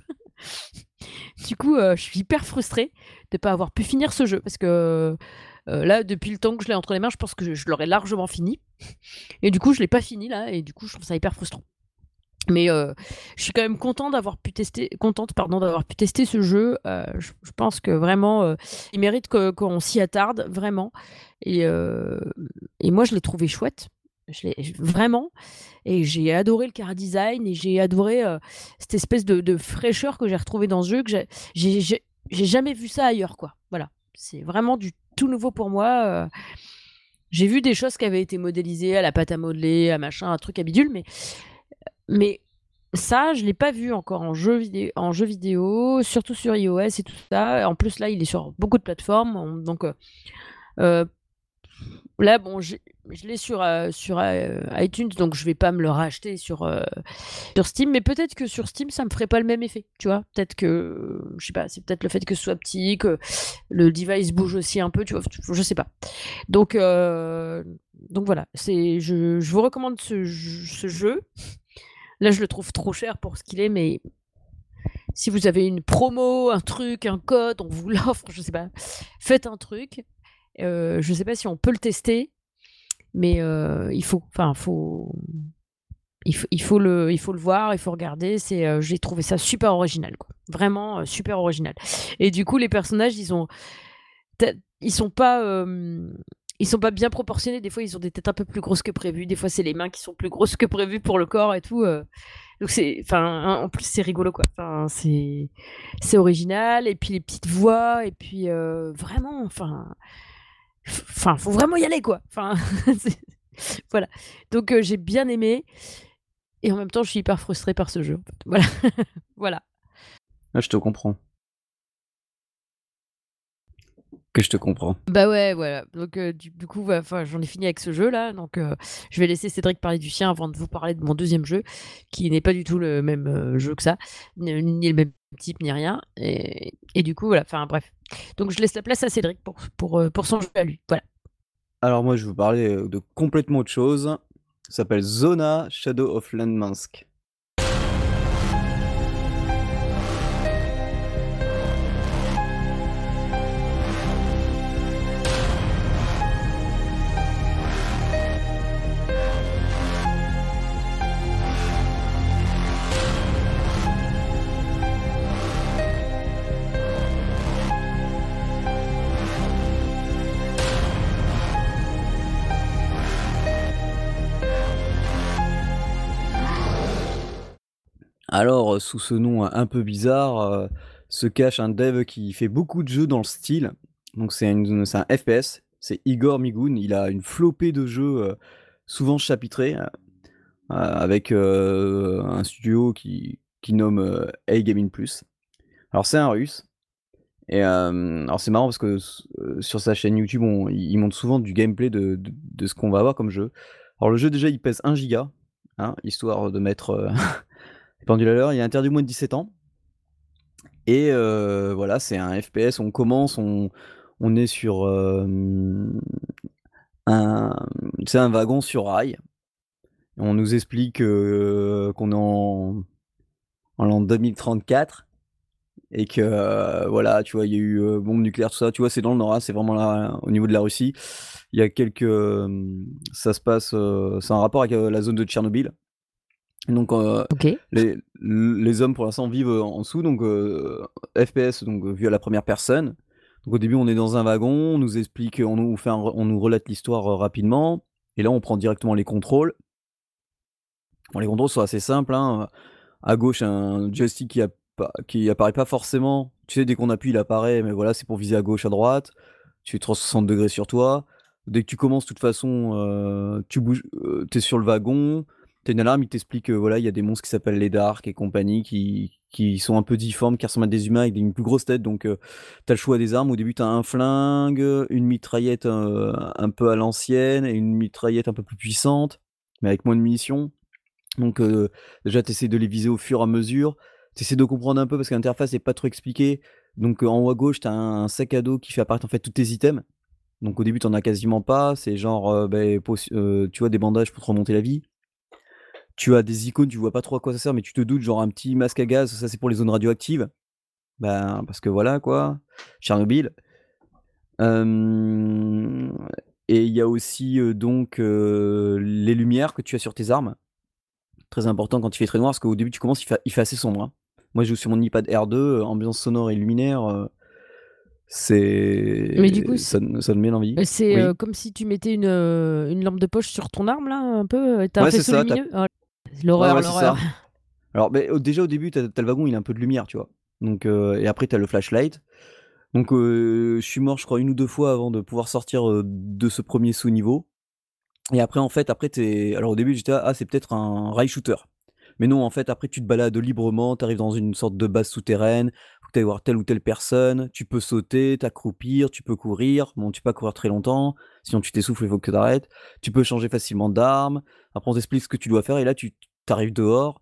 Du coup, euh, je suis hyper frustrée de pas avoir pu finir ce jeu parce que euh, là, depuis le temps que je l'ai entre les mains, je pense que je, je l'aurais largement fini. Et du coup, je l'ai pas fini là, et du coup, je trouve ça hyper frustrant. Mais euh, je suis quand même content d'avoir pu tester, contente pardon, d'avoir pu tester ce jeu. Euh, je, je pense que vraiment, euh, il mérite que- qu'on s'y attarde vraiment. Et, euh, et moi, je l'ai trouvé chouette. Je l'ai vraiment. Et j'ai adoré le car design et j'ai adoré euh, cette espèce de, de fraîcheur que j'ai retrouvée dans ce jeu. Que j'ai, j'ai, j'ai j'ai jamais vu ça ailleurs, quoi. Voilà. C'est vraiment du tout nouveau pour moi. euh. J'ai vu des choses qui avaient été modélisées à la pâte à modeler, à machin, un truc à bidule, mais mais ça, je l'ai pas vu encore en jeu vidéo, en jeu vidéo, surtout sur iOS et tout ça. En plus, là, il est sur beaucoup de plateformes. on- Donc, euh, euh, là, bon, j'ai- je l'ai sur, euh, sur euh, iTunes, donc je vais pas me le racheter sur, euh, sur Steam. Mais peut-être que sur Steam, ça me ferait pas le même effet. Tu vois, peut-être que, je sais pas, c'est peut-être le fait que ce soit petit, que le device bouge aussi un peu, tu vois, je sais pas. Donc, euh, donc voilà, c'est, je, je vous recommande ce, ce jeu. Là, je le trouve trop cher pour ce qu'il est, mais si vous avez une promo, un truc, un code, on vous l'offre, je sais pas. Faites un truc. Euh, je sais pas si on peut le tester, mais euh, il faut, enfin, faut, il faut, il faut le, il faut le voir, il faut regarder. C'est, euh, j'ai trouvé ça super original, quoi. Vraiment euh, super original. Et du coup, les personnages, ils ont, t'as- ils sont pas, euh, ils sont pas bien proportionnés. Des fois, ils ont des têtes un peu plus grosses que prévu. Des fois, c'est les mains qui sont plus grosses que prévu pour le corps et tout. euh. Donc c'est, enfin, en plus c'est rigolo quoi. Enfin, c'est, c'est original et puis les petites voix et puis euh, vraiment, enfin, f- enfin, faut vraiment y aller quoi. Enfin, c'est- voilà. Donc euh, j'ai bien aimé et en même temps je suis hyper frustrée par ce jeu. En fait. Voilà, voilà. Ah, je te comprends. Que je te comprends. Bah ouais, voilà. Donc euh, du, du coup, voilà, enfin, j'en ai fini avec ce jeu là. Donc euh, je vais laisser Cédric parler du sien avant de vous parler de mon deuxième jeu, qui n'est pas du tout le même euh, jeu que ça, ni, ni le même type ni rien. Et, et du coup, voilà. Enfin bref. Donc je laisse la place à Cédric pour pour euh, pour son jeu à lui. Voilà. Alors moi, je vais vous parler euh, de complètement autre chose. Ça s'appelle Zona Shadow of Landmansk. Alors, euh, sous ce nom euh, un peu bizarre, euh, se cache un dev qui fait beaucoup de jeux dans le style. Donc c'est une- c'est un F P S, c'est Igor Migoun. Il a une flopée de jeux, euh, souvent chapitrés, euh, avec euh, un studio qui, qui nomme euh, A-Gaming Plus. Alors c'est un russe. Et euh, alors c'est marrant parce que euh, sur sa chaîne YouTube, on- il il montre souvent du gameplay de, de- de ce qu'on va avoir comme jeu. Alors le jeu déjà il pèse un giga, hein, histoire de mettre euh, les pendules à l'heure. Il est interdit au moins de dix-sept ans. Et euh, voilà, c'est un F P S, on commence, on, on est sur euh, un, c'est un wagon sur rail. On nous explique euh, qu'on est en, en l'an deux mille trente-quatre et que euh, voilà, tu vois, il y a eu euh, bombe nucléaire, tout ça. Tu vois, c'est dans le nord, hein, c'est vraiment là, au niveau de la Russie. Il y a quelques, euh, ça se passe, euh, c'est un rapport avec euh, la zone de Tchernobyl. Donc euh, Ok. les, les hommes pour l'instant vivent en en dessous, donc euh, F P S donc euh, vu à la première personne. Donc au début on est dans un wagon, on nous explique, on nous fait un re- on nous relate l'histoire euh, rapidement, et là on prend directement les contrôles. Bon, les contrôles sont assez simples, hein. À gauche un joystick qui, appa- qui apparaît pas forcément. Tu sais, dès qu'on appuie il apparaît, mais voilà, c'est pour viser à gauche, à droite. Tu fais trois cent soixante degrés sur toi. Dès que tu commences, de toute façon, heu, tu bouges, heu, tu es sur le wagon, tu as une alarme, il t'explique que voilà, il y a des monstres qui s'appellent les Darks et compagnie qui qui sont un peu difformes, qui ressemblent à des humains avec une plus grosse tête donc heu, tu as le choix des armes. Au début, tu as un flingue, une mitraillette, heu, un peu à l'ancienne et une mitraillette un peu plus puissante, mais avec moins de munitions. Donc heu, déjà tu essaies de les viser au fur et à mesure. Tu essaies de comprendre un peu parce que l'interface est pas trop expliquée. Donc heu, en haut à gauche, tu as un sac à dos qui fait apparaître en fait tous tes items. Donc au début, tu en as quasiment pas, c'est genre, heu, beh, potion heu, tu vois des bandages pour te remonter la vie. Tu as des icônes, tu vois pas trop à quoi ça sert, mais tu te doutes, genre un petit masque à gaz, ça c'est pour les zones radioactives. Ben, parce que voilà quoi, Tchernobyl. Hem et il y a aussi, heu, donc heu, les lumières que tu as sur tes armes. Très important quand il fait très noir, parce qu'au début tu commences, il fait il fait assez sombre, hein. Moi je joue sur mon iPad Air deux, heu, ambiance sonore et luminaire, heu, Mais du coup, c'est c'est ça me ça me met l'envie. euh, c'est, heu, Oui. comme si tu mettais une, heu, une lampe de poche sur ton arme là, un peu, heu, tu un Ouais, c'est faisceau ça, tu lumineux? Oh, ouais, l'horreur, ouais, c'est l'horreur. ça. Alors, beh, au déjà au début, tu as tu as le wagon, il a un peu de lumière, tu vois? Donc heu et après tu as le flashlight. Donc heu, je suis mort, je crois, une ou deux fois avant de pouvoir sortir, heu, de ce premier sous-niveau et après, en fait, après tu es alors au début, j'étais là: «Ah, c'est peut-être un rail shooter». Mais non, en fait, après tu te balades librement, tu arrives dans une sorte de base souterraine, faut que tu ailles voir telle ou telle personne, tu peux sauter, t'accroupir, tu peux courir. Bon, tu peux pas courir très longtemps, sinon tu t'essouffles, il faut que tu arrêtes. Tu peux changer facilement d'arme. Après on t'explique ce que tu dois faire et là tu tu arrives dehors.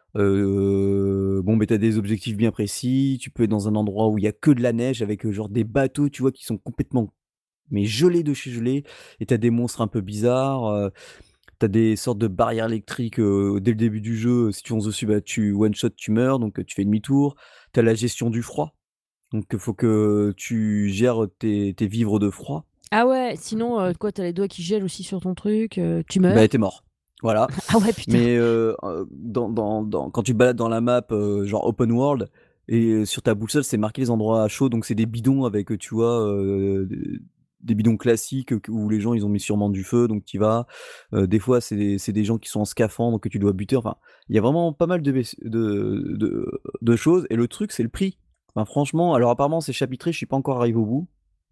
Heu, bon, beh, tu as des objectifs bien précis, tu peux être dans un endroit où il y a que de la neige avec, heu, genre des bateaux, tu vois, qui sont complètement mais gelés de chez gelés et tu as des monstres un peu bizarres, heu, tu as des sortes de barrières électriques, heu, dès le début du jeu, si tu fonces dessus, bah, tu one shot, tu meurs donc heu, tu fais demi-tour. Tu as la gestion du froid, donc il faut que tu gères tes tes vivres de froid. Ah ouais, sinon, heu, quoi, tu as les doigts qui gèlent aussi sur ton truc, heu, tu Bah, meurs? tu es mort. Voilà. Ah ouais, putain. Mais heu, heu, dans dans dans quand tu te balades dans la map, heu, genre open world et heu, sur ta boussole, c'est marqué les endroits chauds, donc c'est des bidons avec, heu, tu vois, heu, des des bidons classiques, heu, q où les gens ils ont mis sûrement du feu, donc tu y vas. Heu, des fois, c'est des c'est des gens qui sont en scaphandre que tu dois buter. Enfin, il y a vraiment pas mal de bess de de de choses et le truc, c'est le prix. Enfin franchement, alors apparemment c'est chapitré, je suis pas encore arrivé au bout.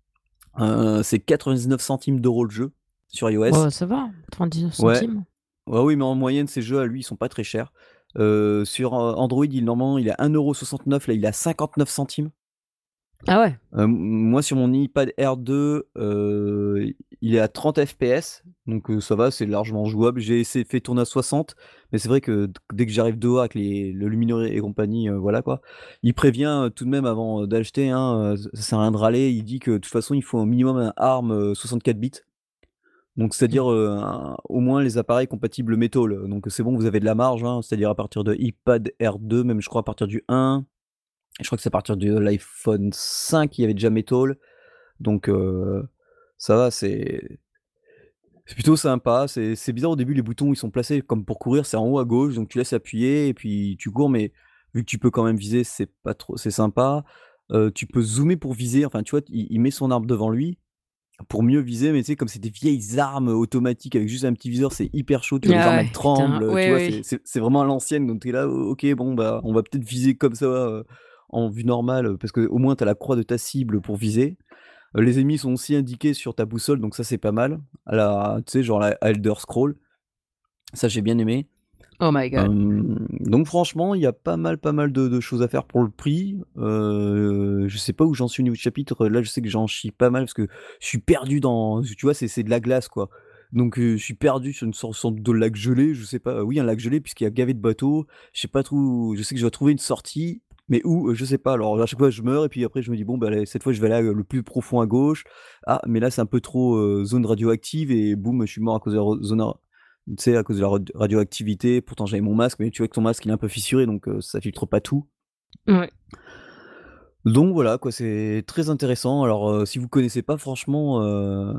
Heu, c'est quatre-vingt-dix-neuf centimes d'euros le jeu sur iOS. Bah, ça va, quatre-vingt-dix-neuf Ouais. centimes. Ouais, oui, mais en moyenne, ces jeux à lui, ils sont pas très chers. Heu, sur, heu, Android, il normalement, il est à un euro soixante-neuf, là, il est à cinquante-neuf centimes. Ah ouais. Heu, m moi, sur mon iPad Air deux, heu, il est à trente F P S, donc heu, ça va, c'est largement jouable. J'ai essayé fait tourner à soixante, mais c'est vrai que d dès que j'arrive dehors avec les le lumineux et compagnie, heu, voilà quoi. Il prévient, heu, tout de même avant, heu, d'acheter, hein, heu, ça ça sert à rien de râler. Il dit que de toute façon, il faut un minimum un ARM, heu, soixante-quatre bits. Donc Mmh. c'est-à-dire, heu, un au moins les appareils compatibles Metal, donc c'est bon, vous avez de la marge, hein, c'est-à-dire à partir de iPad Air deux, même je crois à partir du un, et je crois que c'est à partir de l'iPhone cinq, il y avait déjà Metal, donc heu, ça va, c'est c'est plutôt sympa. C'est c'est bizarre au début, les boutons ils sont placés comme pour courir, c'est en haut à gauche, donc tu laisses appuyer et puis tu cours, mais vu que tu peux quand même viser, c'est pas trop c'est sympa. Heu, tu peux zoomer pour viser, enfin tu vois, il il met son arme devant lui pour mieux viser, mais tu sais, comme c'est des vieilles armes automatiques avec juste un petit viseur, c'est hyper chaud, tu vois, les Ah armes ouais, elles putain, tremblent, heu, tu oui, vois? oui. C'est c'est c'est vraiment à l'ancienne, donc tu es là: «O OK, bon, bah, on va peut-être viser comme ça, heu, en vue normale», heu, parce qu'au moins tu as la croix de ta cible pour viser. Heu, les ennemis sont aussi indiqués sur ta boussole, donc ça, c'est pas mal. À la tu sais, genre la Elder Scrolls, ça, j'ai bien aimé. Oh my god. Hem, donc franchement, il y a pas mal, pas mal de de choses à faire pour le prix. Heu, je sais pas où j'en suis au niveau du chapitre. Là, je sais que j'en chie pas mal parce que je suis perdu dans tu vois, c'est c'est de la glace, quoi. Donc heu, je suis perdu sur une sorte sorte de lac gelé, je sais pas, oui, un lac gelé puisqu'il y a gavé de bateaux. Je sais pas trop, je sais que je dois trouver une sortie, mais où? Heu, je sais pas. Alors à chaque fois, je meurs et puis après je me dis: «Bon, bah, allez, cette fois, je vais aller, heu, le plus profond à gauche. Ah, mais là, c'est un peu trop, heu, zone radioactive» et boum, je suis mort à cause de la ro zone ra tu sais, à cause de la rad radioactivité. Pourtant j'avais mon masque, mais tu vois que ton masque il est un peu fissuré donc heu, ça filtre pas tout. Ouais. Donc voilà quoi, c'est très intéressant. Alors, heu, si vous connaissez pas franchement, heu,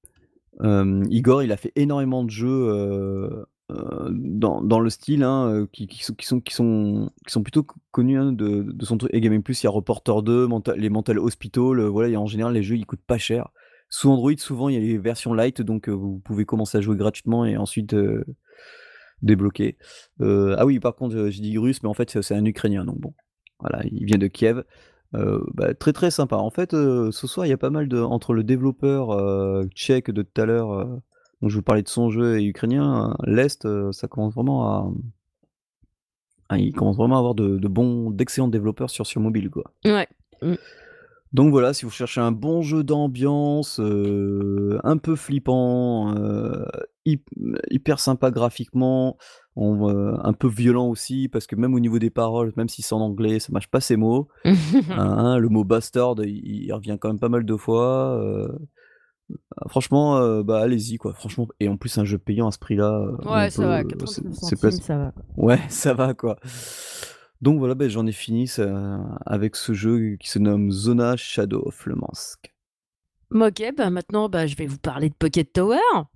hem, Igor, il a fait énormément de jeux, heu heu, dans dans le style, hein, heu, qui qui sont qui sont qui sont qui sont plutôt c connus, hein, de de son truc. Egaming Plus, il y a Reporter deux, Mental les Mental Hospital, heu, voilà, et en général les jeux ils coûtent pas cher. Sous Android, souvent il y a les versions light, donc heu, vous pouvez commencer à jouer gratuitement et ensuite, heu débloqué. Heu, ah oui, par contre, heu, j'ai dit russe, mais en fait, c'est c'est un Ukrainien, donc bon, voilà, il vient de Kiev. Heu, bah, très, très sympa. En fait, heu, ce soir, il y a pas mal de entre le développeur, heu, tchèque de tout à l'heure, heu, dont je vous parlais de son jeu et ukrainien, heu, l'Est, heu, ça commence vraiment à, mmh ah, il commence vraiment à avoir de de bons d'excellents développeurs sur sur mobile, quoi. Ouais. Mmh. Donc voilà, si vous cherchez un bon jeu d'ambiance, heu, un peu flippant, heu, hyp hyper sympa graphiquement, on heu, un peu violent aussi parce que même au niveau des paroles, même si c'est en anglais, ça mâche pas ses mots. Hein, le mot bastard, il il revient quand même pas mal de fois, heu, franchement, heu, bah, allez-y quoi, franchement et en plus un jeu payant à ce prix-là, heu, où on Ouais, ça va, peut c'est quatre-vingt-neuf c'est centimes, place ça va, quoi. ouais, ça va quoi. Donc voilà, beh, j'en ai fini ça avec ce jeu qui se nomme Zona Shadow of le Monsque. OK, bah, maintenant, bah, je vais vous parler de Pocket Tower.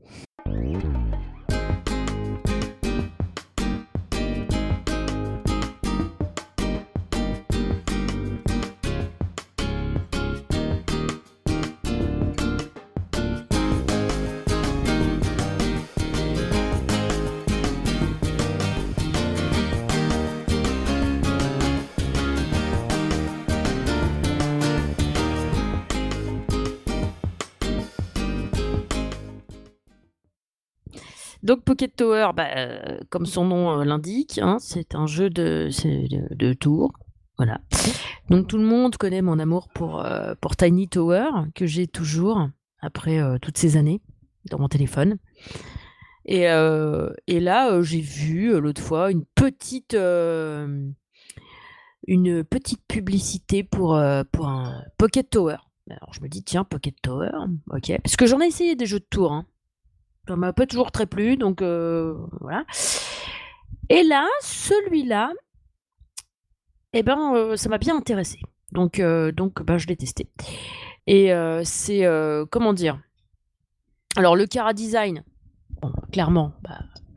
Donc Pocket Tower, bah, heu, comme son nom, heu, l'indique, hein, c'est un jeu de c'est de de tours, voilà. Donc tout le monde connaît mon amour pour, heu, pour Tiny Tower, que j'ai toujours après, heu, toutes ces années dans mon téléphone et heu et là, heu, j'ai vu, heu, l'autre fois une petite, hem, une petite publicité pour, heu, pour un Pocket Tower. Alors je me dis: «Tiens, Pocket Tower, OK». Parce que j'en ai essayé des jeux de tours, hein. Ça m'a pas toujours très plu, donc heu, voilà. Et là, celui-là, et ben, heu, ça m'a bien intéressé. Donc heu, donc bah, je l'ai testé et heu, c'est, heu, comment dire? Alors le chara-design, bon, clairement, bah,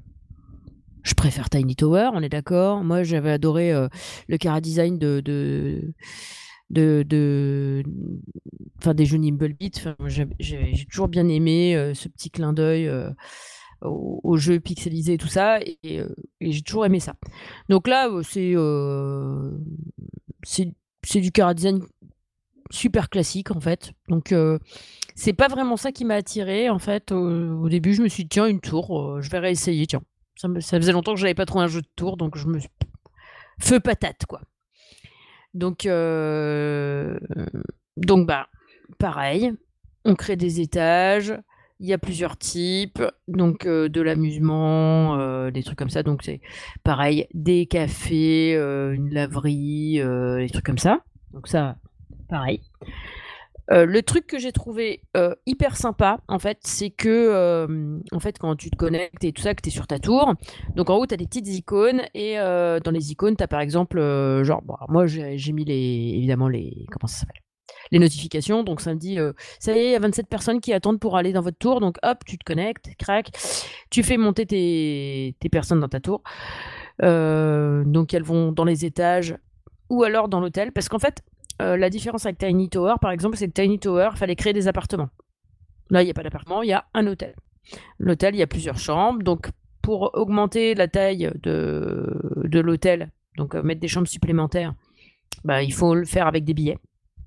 je préfère Tiny Tower, on est d'accord? Moi, j'avais adoré, heu, le chara-design de de de de mmh, enfin des jeux Nimblebeat, enfin moi j'av j'ai j'ai toujours bien aimé, heu, ce petit clin d'œil, heu, aux aux jeux pixelisés et tout ça et heu et j'ai toujours aimé ça. Donc là, heu, c'est, heu, c'est c'est du chara-design super classique, en fait. Donc heu, c'est pas vraiment ça qui m'a attirée, en fait, heu, au début, je me suis dit: «Tiens, une tour, heu, je vais réessayer, tiens». Ça me ça faisait longtemps que j'avais pas trouvé un jeu de tour, donc je me suis feu patate, quoi. Donc heu, donc bah, pareil, on crée des étages, il y a plusieurs types, donc heu, de l'amusement, heu, des trucs comme ça, donc c'est pareil, des cafés, heu, une laverie, heu, des trucs comme ça. Donc ça, pareil. Heu, le truc que j'ai trouvé, heu, hyper sympa, en fait, c'est que, hem, en fait, quand tu te connectes et tout ça, que tu es sur ta tour, donc en haut, tu as des petites icônes et heu, dans les icônes, tu as par exemple, heu, genre, bon, alors moi, j'ai j'ai mis les évidemment les comment ça s'appelle? Les notifications, donc ça me dit, heu: «Ça y est, il y a vingt-sept personnes qui attendent pour aller dans votre tour», donc hop, tu te connectes, crac, tu fais monter tes tes personnes dans ta tour. Heu, donc elles vont dans les étages ou alors dans l'hôtel parce qu'en fait, heu, la différence avec Tiny Tower, par exemple, c'est que Tiny Tower, il fallait créer des appartements. Là, il y a pas d'appartement, il y a un hôtel. L'hôtel, il y a plusieurs chambres, donc pour augmenter la taille de de l'hôtel, donc heu, mettre des chambres supplémentaires, bah, il faut le faire avec des billets.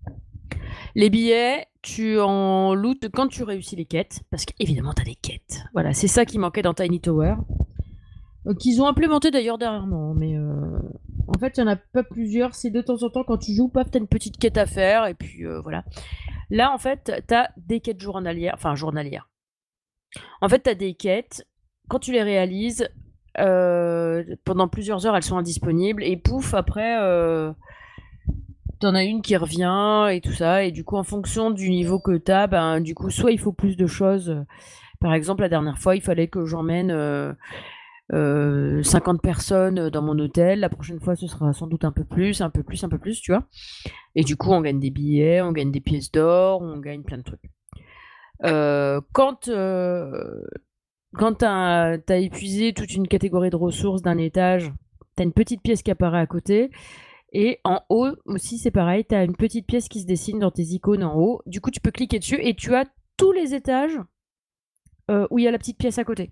Les billets, tu en lootes quand tu réussis les quêtes, parce qu'évidemment, tu as des quêtes. Voilà, c'est ça qui manquait dans Tiny Tower. Euh, qu'ils ont implémenté d'ailleurs dernièrement, mais euh, en fait, il n'y en a pas plusieurs. C'est de temps en temps, quand tu joues, paf, t'as une petite quête à faire, et puis euh, voilà. Là, en fait, t'as des quêtes journalières, enfin journalières. En fait, t'as des quêtes, quand tu les réalises, euh, pendant plusieurs heures, elles sont indisponibles, et pouf, après, euh, t'en as une qui revient, et tout ça, et du coup, en fonction du niveau que t'as, ben, du coup, soit il faut plus de choses. Par exemple, la dernière fois, il fallait que j'emmène euh, euh, cinquante personnes dans mon hôtel. La prochaine fois, ce sera sans doute un peu plus, un peu plus, un peu plus, tu vois. Et du coup, on gagne des billets, on gagne des pièces d'or, on gagne plein de trucs. Euh, quand euh, quand tu as épuisé toute une catégorie de ressources d'un étage, tu as une petite pièce qui apparaît à côté. Et en haut aussi, c'est pareil, tu as une petite pièce qui se dessine dans tes icônes en haut. Du coup, tu peux cliquer dessus et tu as tous les étages euh, où il y a la petite pièce à côté.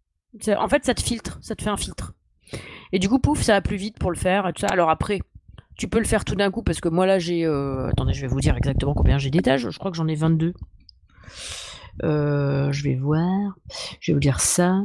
En fait, ça te filtre, ça te fait un filtre. Et du coup, pouf, ça va plus vite pour le faire. Et tout ça. Alors après, tu peux le faire tout d'un coup parce que moi là j'ai... euh, Attendez, je vais vous dire exactement combien j'ai d'étages. Je crois que j'en ai vingt-deux. Euh, je vais voir. Je vais vous dire ça.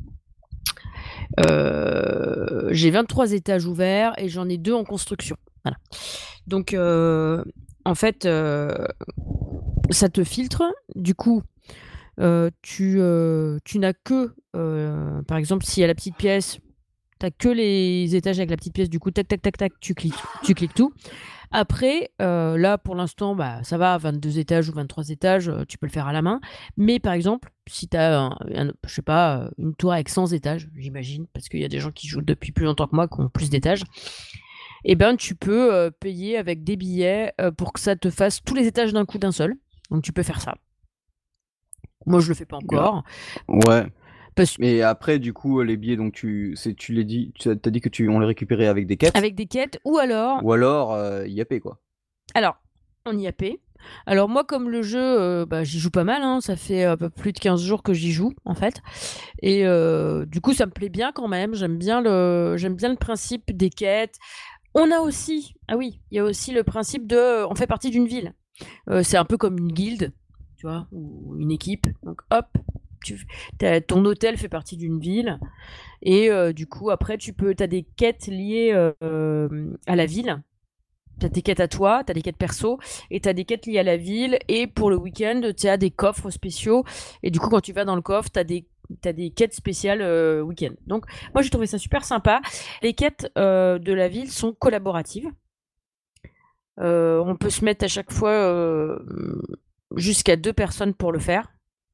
Euh, j'ai vingt-trois étages ouverts et j'en ai deux en construction. Voilà. Donc, euh, en fait, euh, ça te filtre. Du coup, euh, tu, euh, tu n'as que, euh, par exemple, s'il y a la petite pièce, tu n'as que les étages avec la petite pièce. Du coup, tac, tac, tac, tac, tu cliques, tu cliques tout. Après, euh, là, pour l'instant, bah, ça va, vingt-deux étages ou vingt-trois étages, euh, tu peux le faire à la main. Mais par exemple, si tu as, un, un- je sais pas, euh, une tour avec cent étages, j'imagine, parce qu'il y a des gens qui jouent depuis plus longtemps que moi, qui ont plus d'étages, eh ben, tu peux euh, payer avec des billets euh, pour que ça te fasse tous les étages d'un coup d'un seul. Donc, tu peux faire ça. Moi, je le fais pas Bien. encore. Ouais. Parce Mais après, du coup, les billets, donc tu, c'est, tu les dis, tu as t'as dit que tu, on les récupérait avec des quêtes, avec des quêtes, ou alors, ou alors euh, I A P quoi. alors, on y a payé. Alors moi, comme le jeu, euh, bah, j'y joue pas mal, hein, ça fait un peu plus de quinze jours que j'y joue, en fait. Et euh, du coup, ça me plaît bien quand même. J'aime bien le, j'aime bien le principe des quêtes. On a aussi, ah oui, il y a aussi le principe de, on fait partie d'une ville. Euh, c'est un peu comme une guilde, tu vois, ou une équipe. Donc hop, tu, t'as- ton hôtel fait partie d'une ville. Et euh, du coup, après, tu peux, t'as des quêtes liées euh, euh, à la ville. T'as tes quêtes à toi, t'as des quêtes perso, et t'as des quêtes liées à la ville. Et pour le week-end, t'as des coffres spéciaux. Et du coup, quand tu vas dans le coffre, t'as des t'as des quêtes spéciales euh, week-end. Donc, moi, j'ai trouvé ça super sympa. Les quêtes euh, de la ville sont collaboratives. Euh, on peut se mettre à chaque fois euh, jusqu'à deux personnes pour le faire.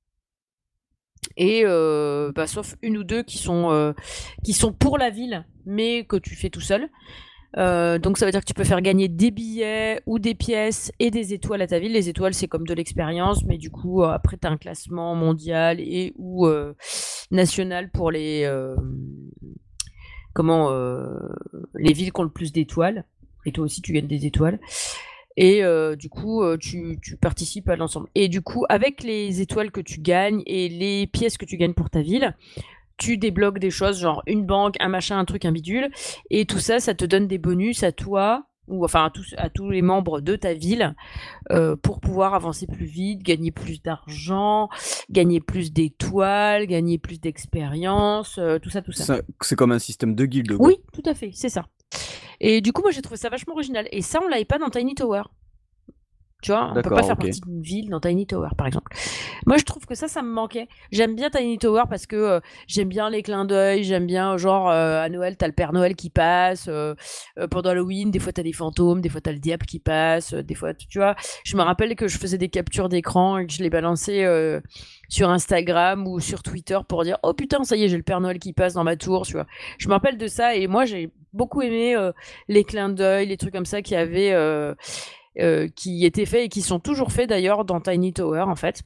Et euh, bah, sauf une ou deux qui sont, euh, qui sont pour la ville, mais que tu fais tout seul. Euh, donc ça veut dire que tu peux faire gagner des billets ou des pièces et des étoiles à ta ville. Les étoiles, c'est comme de l'expérience, mais du coup, euh, après, tu as un classement mondial et ou euh, national pour les, euh, comment, euh, les villes qui ont le plus d'étoiles. Et toi aussi, tu gagnes des étoiles. Et euh, du coup, euh, tu, tu participes à l'ensemble. Et du coup, avec les étoiles que tu gagnes et les pièces que tu gagnes pour ta ville, tu débloques des choses, genre une banque, un machin, un truc, un bidule. Et tout ça, ça te donne des bonus à toi, ou enfin à tous, à tous les membres de ta ville, euh, pour pouvoir avancer plus vite, gagner plus d'argent, gagner plus d'étoiles, gagner plus d'expérience, euh, tout ça, tout ça. Ça- C'est comme un système de guilde, quoi. Oui, tout à fait, c'est ça. Et du coup, moi, j'ai trouvé ça vachement original. Et ça, on l'avait pas dans Tiny Tower. Tu vois, on peut D'accord, pas faire ok. partie d'une ville dans Tiny Tower, par exemple. Moi, je trouve que ça, ça me manquait. J'aime bien Tiny Tower parce que euh, j'aime bien les clins d'œil, j'aime bien, genre, euh, à Noël, t'as le Père Noël qui passe, euh, euh, pendant Halloween, des fois, t'as des fantômes, des fois, t'as le diable qui passe, euh, des fois, tu tu vois. Je me rappelle que je faisais des captures d'écran et que je les balançais euh, sur Instagram ou sur Twitter pour dire, oh putain, ça y est, j'ai le Père Noël qui passe dans ma tour, tu vois. Je me rappelle de ça et moi, j'ai beaucoup aimé euh, les clins d'œil, les trucs comme ça qui avaient... euh, euh, qui étaient faits et qui sont toujours faits d'ailleurs dans Tiny Tower en fait.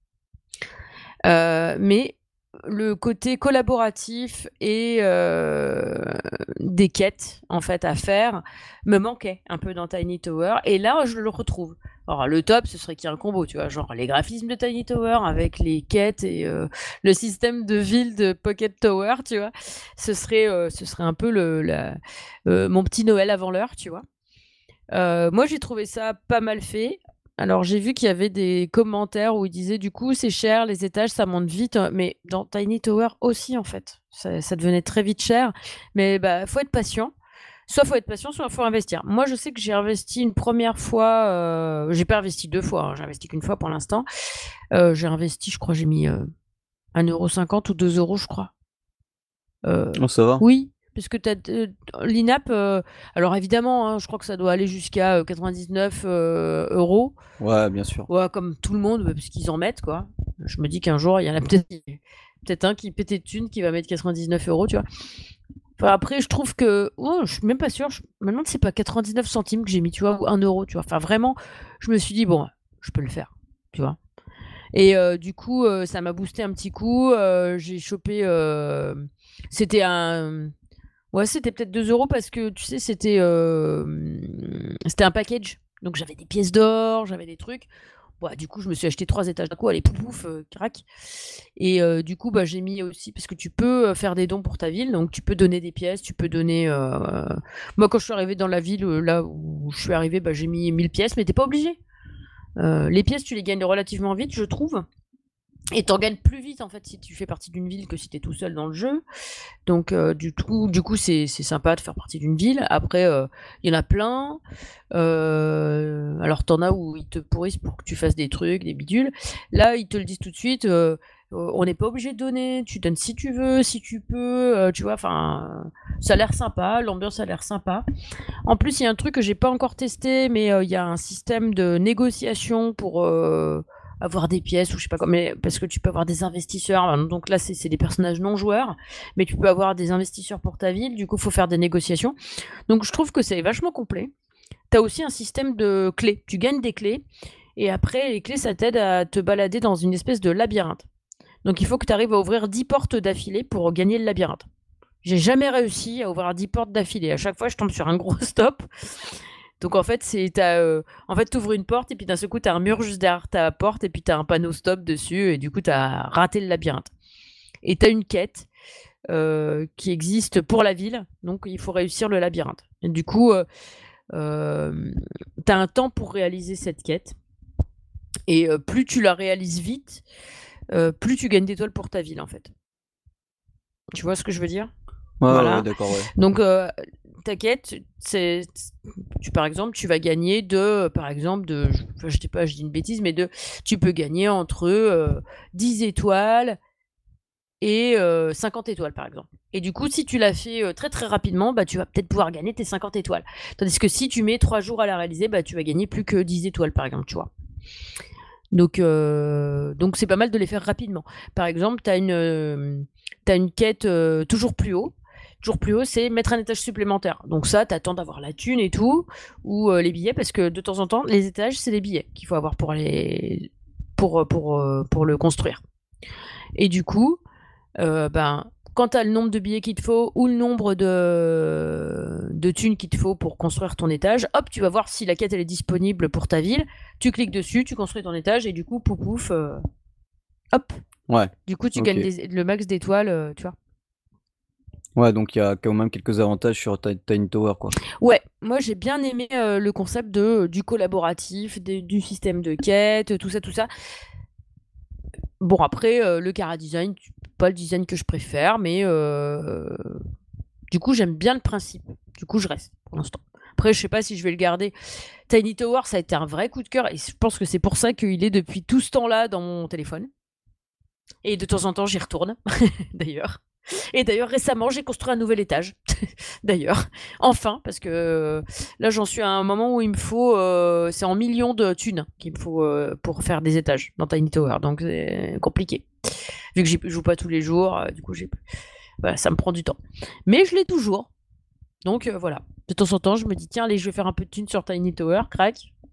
Euh, mais le côté collaboratif et euh, des quêtes en fait à faire me manquait un peu dans Tiny Tower et là je le retrouve. Alors le top ce serait qu'il y ait un combo, tu vois, genre les graphismes de Tiny Tower avec les quêtes et euh, le système de ville de Pocket Tower, tu vois. Ce serait, euh, ce serait un peu le, la, euh, mon petit Noël avant l'heure, tu vois. Euh, moi, j'ai trouvé ça pas mal fait. Alors, j'ai vu qu'il y avait des commentaires où ils disaient du coup, c'est cher, les étages, ça monte vite. euh, Mais dans Tiny Tower aussi, en fait, ça, ça devenait très vite cher. Mais bah, faut être patient. Soit faut être patient, soit faut investir. Moi, je sais que j'ai investi une première fois. Euh... J'ai pas investi deux fois. Hein, j'ai investi qu'une fois pour l'instant. Euh, j'ai investi, je crois, j'ai mis euh, un euro cinquante ou deux euros, je crois. Euh, Oh, ça va. oui, parce que t'as euh, l'I N A P, euh, alors évidemment, hein, je crois que ça doit aller jusqu'à euh, quatre-vingt-dix-neuf euh, euros. Ouais, bien sûr. Ouais, comme tout le monde, bah, parce qu'ils en mettent, quoi. Je me dis qu'un jour, il y en a peut-être peut-être un qui pétait de thunes qui va mettre quatre-vingt-dix-neuf euros, tu vois. Enfin, après, je trouve que. Oh, je suis même pas sûre. Je me demande si c'est pas quatre-vingt-dix-neuf centimes que j'ai mis, tu vois, ou un euro, tu vois. Enfin, vraiment, je me suis dit, bon, je peux le faire, tu vois. Et euh, du coup, euh, ça m'a boosté un petit coup. Euh, j'ai chopé. euh, C'était un. Ouais, c'était peut-être deux euros parce que tu sais, c'était euh, c'était un package. Donc j'avais des pièces d'or, j'avais des trucs. Bah, du coup, je me suis acheté trois étages d'un coup, allez, pouf, pouf, euh, crac. Et euh, du coup, bah, j'ai mis aussi, parce que tu peux euh, faire des dons pour ta ville, donc tu peux donner des pièces, tu peux donner... euh, Moi, quand je suis arrivée dans la ville, euh, là où je suis arrivée, bah, j'ai mis mille pièces, mais t'es pas obligé. Euh, les pièces, tu les gagnes relativement vite, je trouve. Et t'en gagnes plus vite, en fait, si tu fais partie d'une ville que si t'es tout seul dans le jeu. Donc, euh, du coup, du coup c'est, c'est sympa de faire partie d'une ville. Après, il euh, y en a plein. Euh, alors, t'en as où ils te pourrissent pour que tu fasses des trucs, des bidules. Là, ils te le disent tout de suite. Euh, on n'est pas obligé de donner. Tu donnes si tu veux, si tu peux. Euh, tu vois, enfin, ça a l'air sympa. L'ambiance a l'air sympa. En plus, il y a un truc que j'ai pas encore testé, mais il euh, y a un système de négociation pour... Euh, avoir des pièces ou je sais pas quoi, mais parce que tu peux avoir des investisseurs, donc là c'est, c'est des personnages non joueurs, mais tu peux avoir des investisseurs pour ta ville, du coup il faut faire des négociations. Donc je trouve que c'est vachement complet. Tu as aussi un système de clés, tu gagnes des clés, et après les clés ça t'aide à te balader dans une espèce de labyrinthe. Donc il faut que tu arrives à ouvrir dix portes d'affilée pour gagner le labyrinthe. J'ai jamais réussi à ouvrir dix portes d'affilée, à chaque fois je tombe sur un gros stop. Donc en fait, c'est t'as, euh, en fait, t'ouvres une porte et puis d'un seul coup, t'as un mur juste derrière ta porte et puis t'as un panneau stop dessus et du coup, t'as raté le labyrinthe. Et t'as une quête euh, qui existe pour la ville, donc il faut réussir le labyrinthe. Et du coup, euh, euh, t'as un temps pour réaliser cette quête et euh, plus tu la réalises vite, euh, plus tu gagnes d'étoiles pour ta ville en fait. Tu vois ce que je veux dire? Ouais, Voilà. ouais, d'accord, ouais. Donc, euh, ta quête, c'est, tu, par exemple, tu vas gagner de, par exemple, de, je, je sais pas, je dis une bêtise, mais de, tu peux gagner entre euh, dix étoiles et euh, cinquante étoiles, par exemple. Et du coup, si tu l'as fait euh, très très rapidement, bah, tu vas peut-être pouvoir gagner tes cinquante étoiles. Tandis que si tu mets trois jours à la réaliser, bah, tu vas gagner plus que dix étoiles, par exemple, tu vois. Donc, euh, donc c'est pas mal de les faire rapidement. Par exemple, tu as une, euh, t'as une quête euh, toujours plus haut. Toujours plus haut, c'est mettre un étage supplémentaire. Donc ça, t'attends d'avoir la thune et tout, ou euh, les billets, parce que de temps en temps, les étages, c'est les billets qu'il faut avoir pour, les... pour, pour, euh, pour le construire. Et du coup, euh, ben, quand tu as le nombre de billets qu'il te faut ou le nombre de, de thunes qu'il te faut pour construire ton étage, hop, tu vas voir si la quête elle est disponible pour ta ville. Tu cliques dessus, tu construis ton étage et du coup, pouf pouf, euh, hop. Ouais. Du coup, tu Ok. gagnes des- le max d'étoiles, euh, tu vois. Ouais, donc il y a quand même quelques avantages sur Ti- Tiny Tower, quoi. Ouais, moi j'ai bien aimé euh, le concept de, du collaboratif, des- du système de quête, tout ça, tout ça. Bon, après, euh, le Cara Design, tu- pas le design que je préfère, mais euh, du coup, j'aime bien le principe. Du coup, je reste pour l'instant. Après, je sais pas si je vais le garder. Tiny Tower, ça a été un vrai coup de cœur et je pense que c'est pour ça qu'il est depuis tout ce temps-là dans mon téléphone. Et de temps en temps, j'y retourne, d'ailleurs. Et d'ailleurs, récemment, j'ai construit un nouvel étage. D'ailleurs, enfin, parce que euh, là, j'en suis à un moment où il me faut, euh, c'est en millions de thunes qu'il me faut euh, pour faire des étages dans Tiny Tower. Donc, c'est compliqué. Vu que je joue pas tous les jours, euh, du coup, j'ai, voilà, ça me prend du temps. Mais je l'ai toujours. Donc, euh, voilà. De temps en temps, je me dis, tiens, allez, je vais faire un peu de thunes sur Tiny Tower, crac.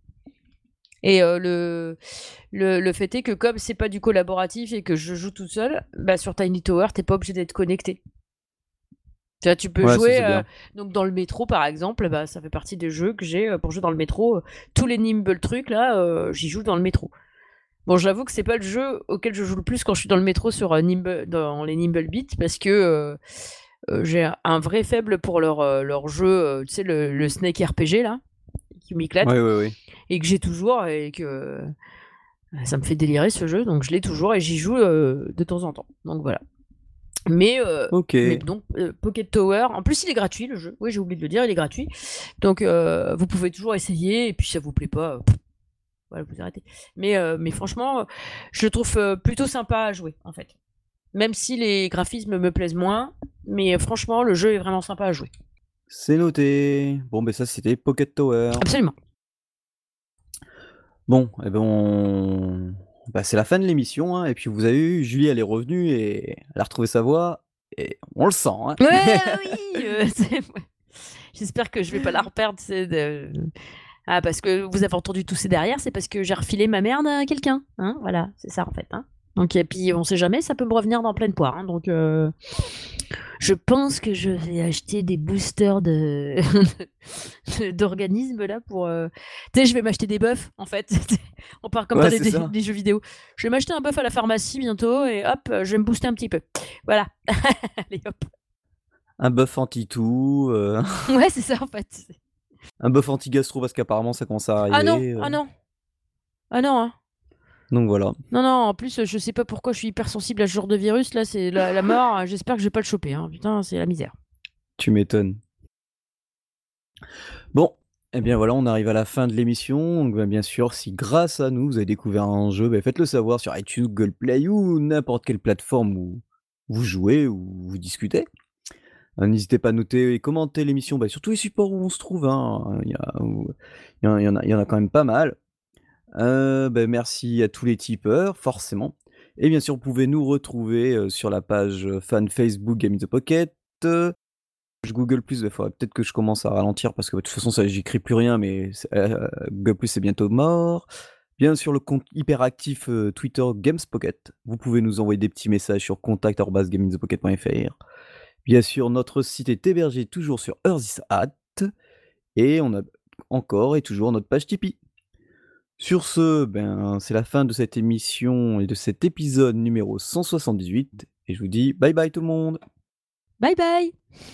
Et euh, le, le, le fait est que comme c'est pas du collaboratif et que je joue toute seule, bah sur Tiny Tower, t'es pas obligé d'être connecté. Tu vois, tu peux Ouais, ça jouer c'est euh, bien. donc dans le métro par exemple, bah ça fait partie des jeux que j'ai euh, pour jouer dans le métro. Euh, tous les Nimble trucs là, euh, j'y joue dans le métro. Bon, j'avoue que c'est pas le jeu auquel je joue le plus quand je suis dans le métro sur euh, Nimble, dans les Nimble Beat parce que euh, euh, j'ai un vrai faible pour leur, euh, leur jeu, euh, tu sais, le, le Snake R P G là, qui m'éclate Ouais, ouais, ouais. et que j'ai toujours et que ça me fait délirer ce jeu, donc je l'ai toujours et j'y joue euh, de temps en temps. Donc voilà. Mais, euh, Ok. mais donc, euh, Pocket Tower, en plus il est gratuit le jeu. Oui, j'ai oublié de le dire, il est gratuit. Donc euh, vous pouvez toujours essayer et puis si ça vous plaît pas, euh, pff, voilà, vous arrêtez. Mais, euh, mais franchement, je le trouve euh, plutôt sympa à jouer en fait. Même si les graphismes me plaisent moins, mais euh, franchement, le jeu est vraiment sympa à jouer. C'est noté. Bon, ben ça c'était Pocket Tower. Absolument. Bon, et ben on... bah, c'est la fin de l'émission, hein, et puis vous avez vu, Julie elle est revenue et elle a retrouvé sa voix, et on le sent. Hein. Ouais, oui. euh, c'est- J'espère que je vais pas la reperdre. C'est de... Ah, parce que vous avez entendu tousser derrière, c'est parce que j'ai refilé ma merde à quelqu'un. Hein, voilà, c'est ça en fait. Hein. Donc et puis on sait jamais, ça peut me revenir dans pleine poire, hein, donc heu, je pense que je vais acheter des boosters de de d'organismes là pour, heu tu sais, je vais m'acheter des buffs en fait. On part comme dans Ouais, les c'est des ça. des jeux vidéo. Je vais m'acheter un buff à la pharmacie bientôt et hop, je vais me booster un petit peu. Voilà. Allez hop. Un buff anti-tout, heu, Ouais, c'est ça en fait. un buff anti-gastro parce qu'apparemment ça commence à Ah non, arriver, ah heu, non, ah non, hein. donc voilà. Non, non, en plus, je sais pas pourquoi je suis hypersensible à ce genre de virus là, c'est la la mort, j'espère que je vais pas le choper, hein. Putain, c'est la misère. Tu m'étonnes. Bon, et bien voilà, on arrive à la fin de l'émission. Donc bah, bien sûr, si grâce à nous, vous avez découvert un jeu, bah, faites-le savoir sur iTunes, Google Play ou n'importe quelle plateforme où vous jouez ou vous discutez. Heu, n'hésitez pas à noter et commenter l'émission, bah, sur tous les supports où on se trouve, hein, il y a où il y en il y en a il y en a quand même pas mal. Heu, bah, merci à tous les tipeurs, forcément. Et bien sûr, vous pouvez nous retrouver, heu, sur la page, heu, fan Facebook Game in the Pocket, heu, page Google plus, il faudrait peut-être que je commence à ralentir parce que, bah, de toute façon, ça j'écris plus rien, mais c'est heu, Google plus, c'est bientôt mort. Bien sûr, le compte hyperactif, heu, Twitter Games Pocket. Vous pouvez nous envoyer des petits messages sur contact arobase gameinthepocket point f r. Bien sûr, notre site est hébergé toujours sur Earth is At et on a encore et toujours notre page Tipeee. Sur ce, ben, c'est la fin de cette émission et de cet épisode numéro cent soixante-dix-huit et je vous dis bye bye tout le monde. Bye bye.